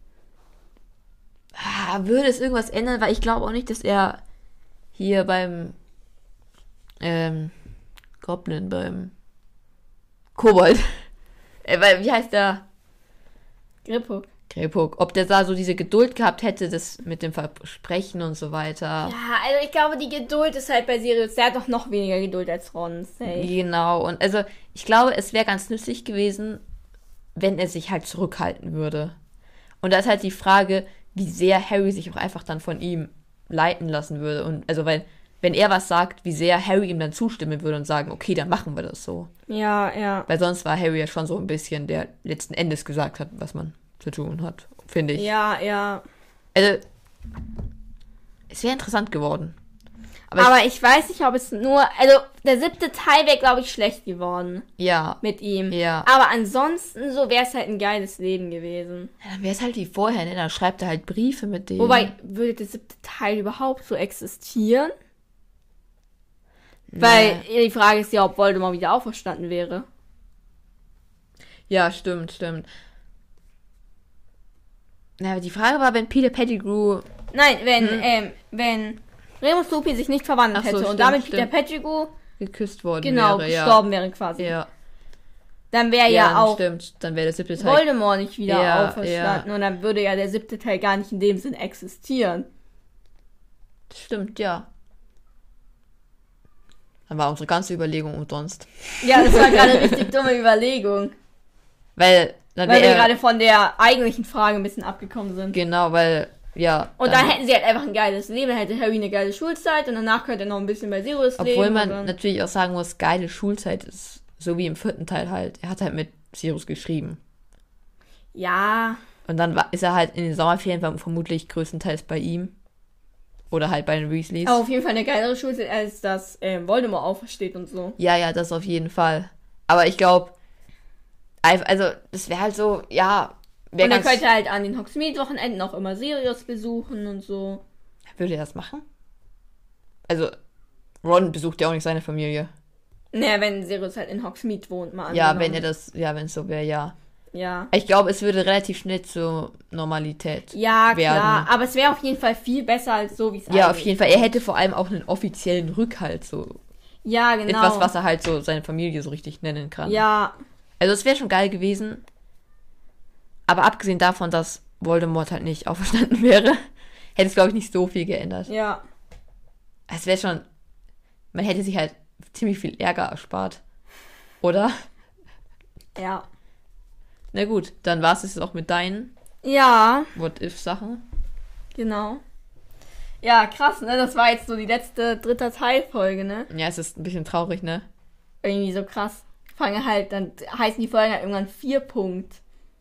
ah, würde es irgendwas ändern, weil ich glaube auch nicht, dass er hier beim ähm, Goblin, beim Kobold, äh, weil, wie heißt der? Griphook. Greypok, ob der da so diese Geduld gehabt hätte, das mit dem Versprechen und so weiter. Ja, also ich glaube, die Geduld ist halt bei Sirius, der hat doch noch weniger Geduld als Ron. Safe. Genau, und also ich glaube, es wäre ganz nützlich gewesen, wenn er sich halt zurückhalten würde. Und da ist halt die Frage, wie sehr Harry sich auch einfach dann von ihm leiten lassen würde. Und also, weil, wenn er was sagt, wie sehr Harry ihm dann zustimmen würde und sagen, okay, dann machen wir das so. Ja, ja. Weil sonst war Harry ja schon so ein bisschen, der letzten Endes gesagt hat, was man zu tun hat, finde ich. Ja, ja. Also, es wäre interessant geworden. Aber, Aber ich weiß nicht, ob es nur, also der siebte Teil wäre, glaube ich, schlecht geworden ich, ja, mit ihm. ja. Aber ansonsten so wäre es halt ein geiles Leben gewesen. Ja, dann wäre es halt wie vorher, ne? Dann schreibt er halt Briefe mit denen. Wobei, würde der siebte Teil überhaupt so existieren? Nee. Weil die Frage ist ja, ob Voldemort wieder auferstanden wäre. Ja, stimmt, stimmt. Na, aber die Frage war, wenn Peter Pettigrew. Nein, wenn, Hm. ähm, wenn Remus Lupin sich nicht verwandelt Ach so, hätte und stimmt, damit stimmt. Peter Pettigrew geküsst worden genau wäre, ja. gestorben wäre quasi. Ja, Dann wäre ja, ja, auch stimmt. Dann wäre der siebte Teil. Voldemort nicht wieder Ja, auferstanden und dann würde ja der siebte Teil gar nicht in dem Sinn existieren. Stimmt, ja. Dann war unsere ganze Überlegung umsonst. Ja, das war gerade eine richtig dumme Überlegung. Weil, dann Weil wir wäre gerade von der eigentlichen Frage ein bisschen abgekommen sind. genau, weil, ja. Und dann hätten sie halt einfach ein geiles Leben, dann hätte Harry eine geile Schulzeit und danach könnte er noch ein bisschen bei Sirius leben. Obwohl man und dann- natürlich auch sagen muss, geile Schulzeit ist so wie im vierten Teil halt. Er hat halt mit Sirius geschrieben. Ja, Und dann war, ist er halt in den Sommerferien war vermutlich größtenteils bei ihm. Oder halt bei den Weasleys. aber auf jeden Fall eine geilere Schulzeit, als dass ähm, Voldemort aufersteht und so. Ja, ja, das auf jeden Fall. Aber ich glaube, also das wäre halt so, ja, wäre Und dann ganz... könnte er halt an den Hogsmeade-Wochenenden auch immer Sirius besuchen und so. Würde er das machen? Also, Ron besucht ja auch nicht seine Familie. Naja, wenn Sirius halt in Hogsmeade wohnt, mal Ja, angenommen. wenn er das, ja, wenn es so wäre, ja. Ja. Ich glaube, es würde relativ schnell zur Normalität Ja, werden. klar. Aber es wäre auf jeden Fall viel besser als so, wie es Ja, auf eigentlich jeden Fall. Er hätte vor allem auch einen offiziellen Rückhalt, so Ja, genau. etwas, was er halt so seine Familie so richtig nennen kann. Ja, Also es wäre schon geil gewesen. Aber abgesehen davon, dass Voldemort halt nicht auferstanden wäre, hätte es, glaube ich, nicht so viel geändert. ja. Es wäre schon, man hätte sich halt ziemlich viel Ärger erspart. Oder? Ja. Na gut, dann war es jetzt auch mit deinen Ja, What-If-Sachen. genau. Ja, krass, ne? Das war jetzt so die letzte dritte Teilfolge, ne? Ja, es ist ein bisschen traurig, ne? Irgendwie so krass. Fange halt, dann heißen die Folgen halt irgendwann vier Punkt.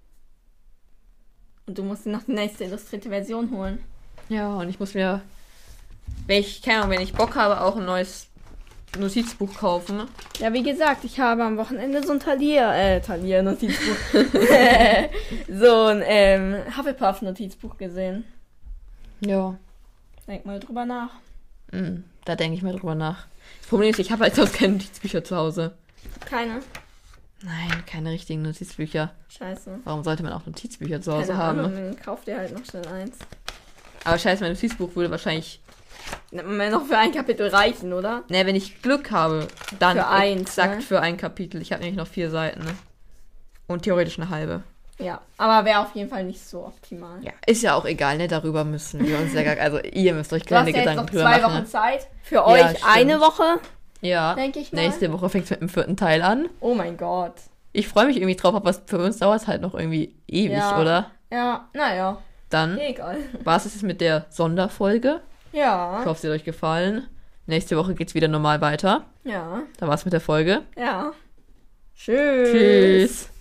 Und du musst dir noch die nächste illustrierte Version holen. Ja, und ich muss mir, wenn ich, keine Ahnung, wenn ich Bock habe, auch ein neues Notizbuch kaufen. Ja, wie gesagt, ich habe am Wochenende so ein Talier, äh, Talier-Notizbuch. so ein, ähm, Hufflepuff-Notizbuch gesehen. Ja. Denk mal drüber nach. Mm, da denke ich mal drüber nach. Das Problem ist, ich habe halt sonst keine Notizbücher zu Hause. Keine? Nein, keine richtigen Notizbücher. Scheiße. Warum sollte man auch Notizbücher zu Hause Keine haben? Ahnung, dann kauft ihr halt noch schnell eins. Aber scheiße, mein Notizbuch würde wahrscheinlich... Noch für ein Kapitel reichen, oder? Ne, wenn ich Glück habe, dann Für eins, exakt ne? für ein Kapitel. Ich habe nämlich noch vier Seiten, ne? Und theoretisch eine halbe. Ja, aber wäre auf jeden Fall nicht so optimal. Ja, ist ja auch egal, ne? Darüber müssen wir uns ja gar... Also ihr müsst euch Du hast kleine ja jetzt Gedanken noch drüber zwei machen. Wochen Ne? Zeit. Für Ja, euch stimmt. eine Woche, Ja, denke ich mal. nächste Woche fängt es mit dem vierten Teil an. Oh mein Gott. Ich freue mich irgendwie drauf, aber für uns dauert es halt noch irgendwie ewig, Ja. oder? Ja, naja, Dann egal. war es jetzt mit der Sonderfolge. Ich Ja, hoffe, sie hat euch gefallen. Nächste Woche geht's wieder normal weiter. ja, Da war's mit der Folge. ja. Tschüss. Tschüss.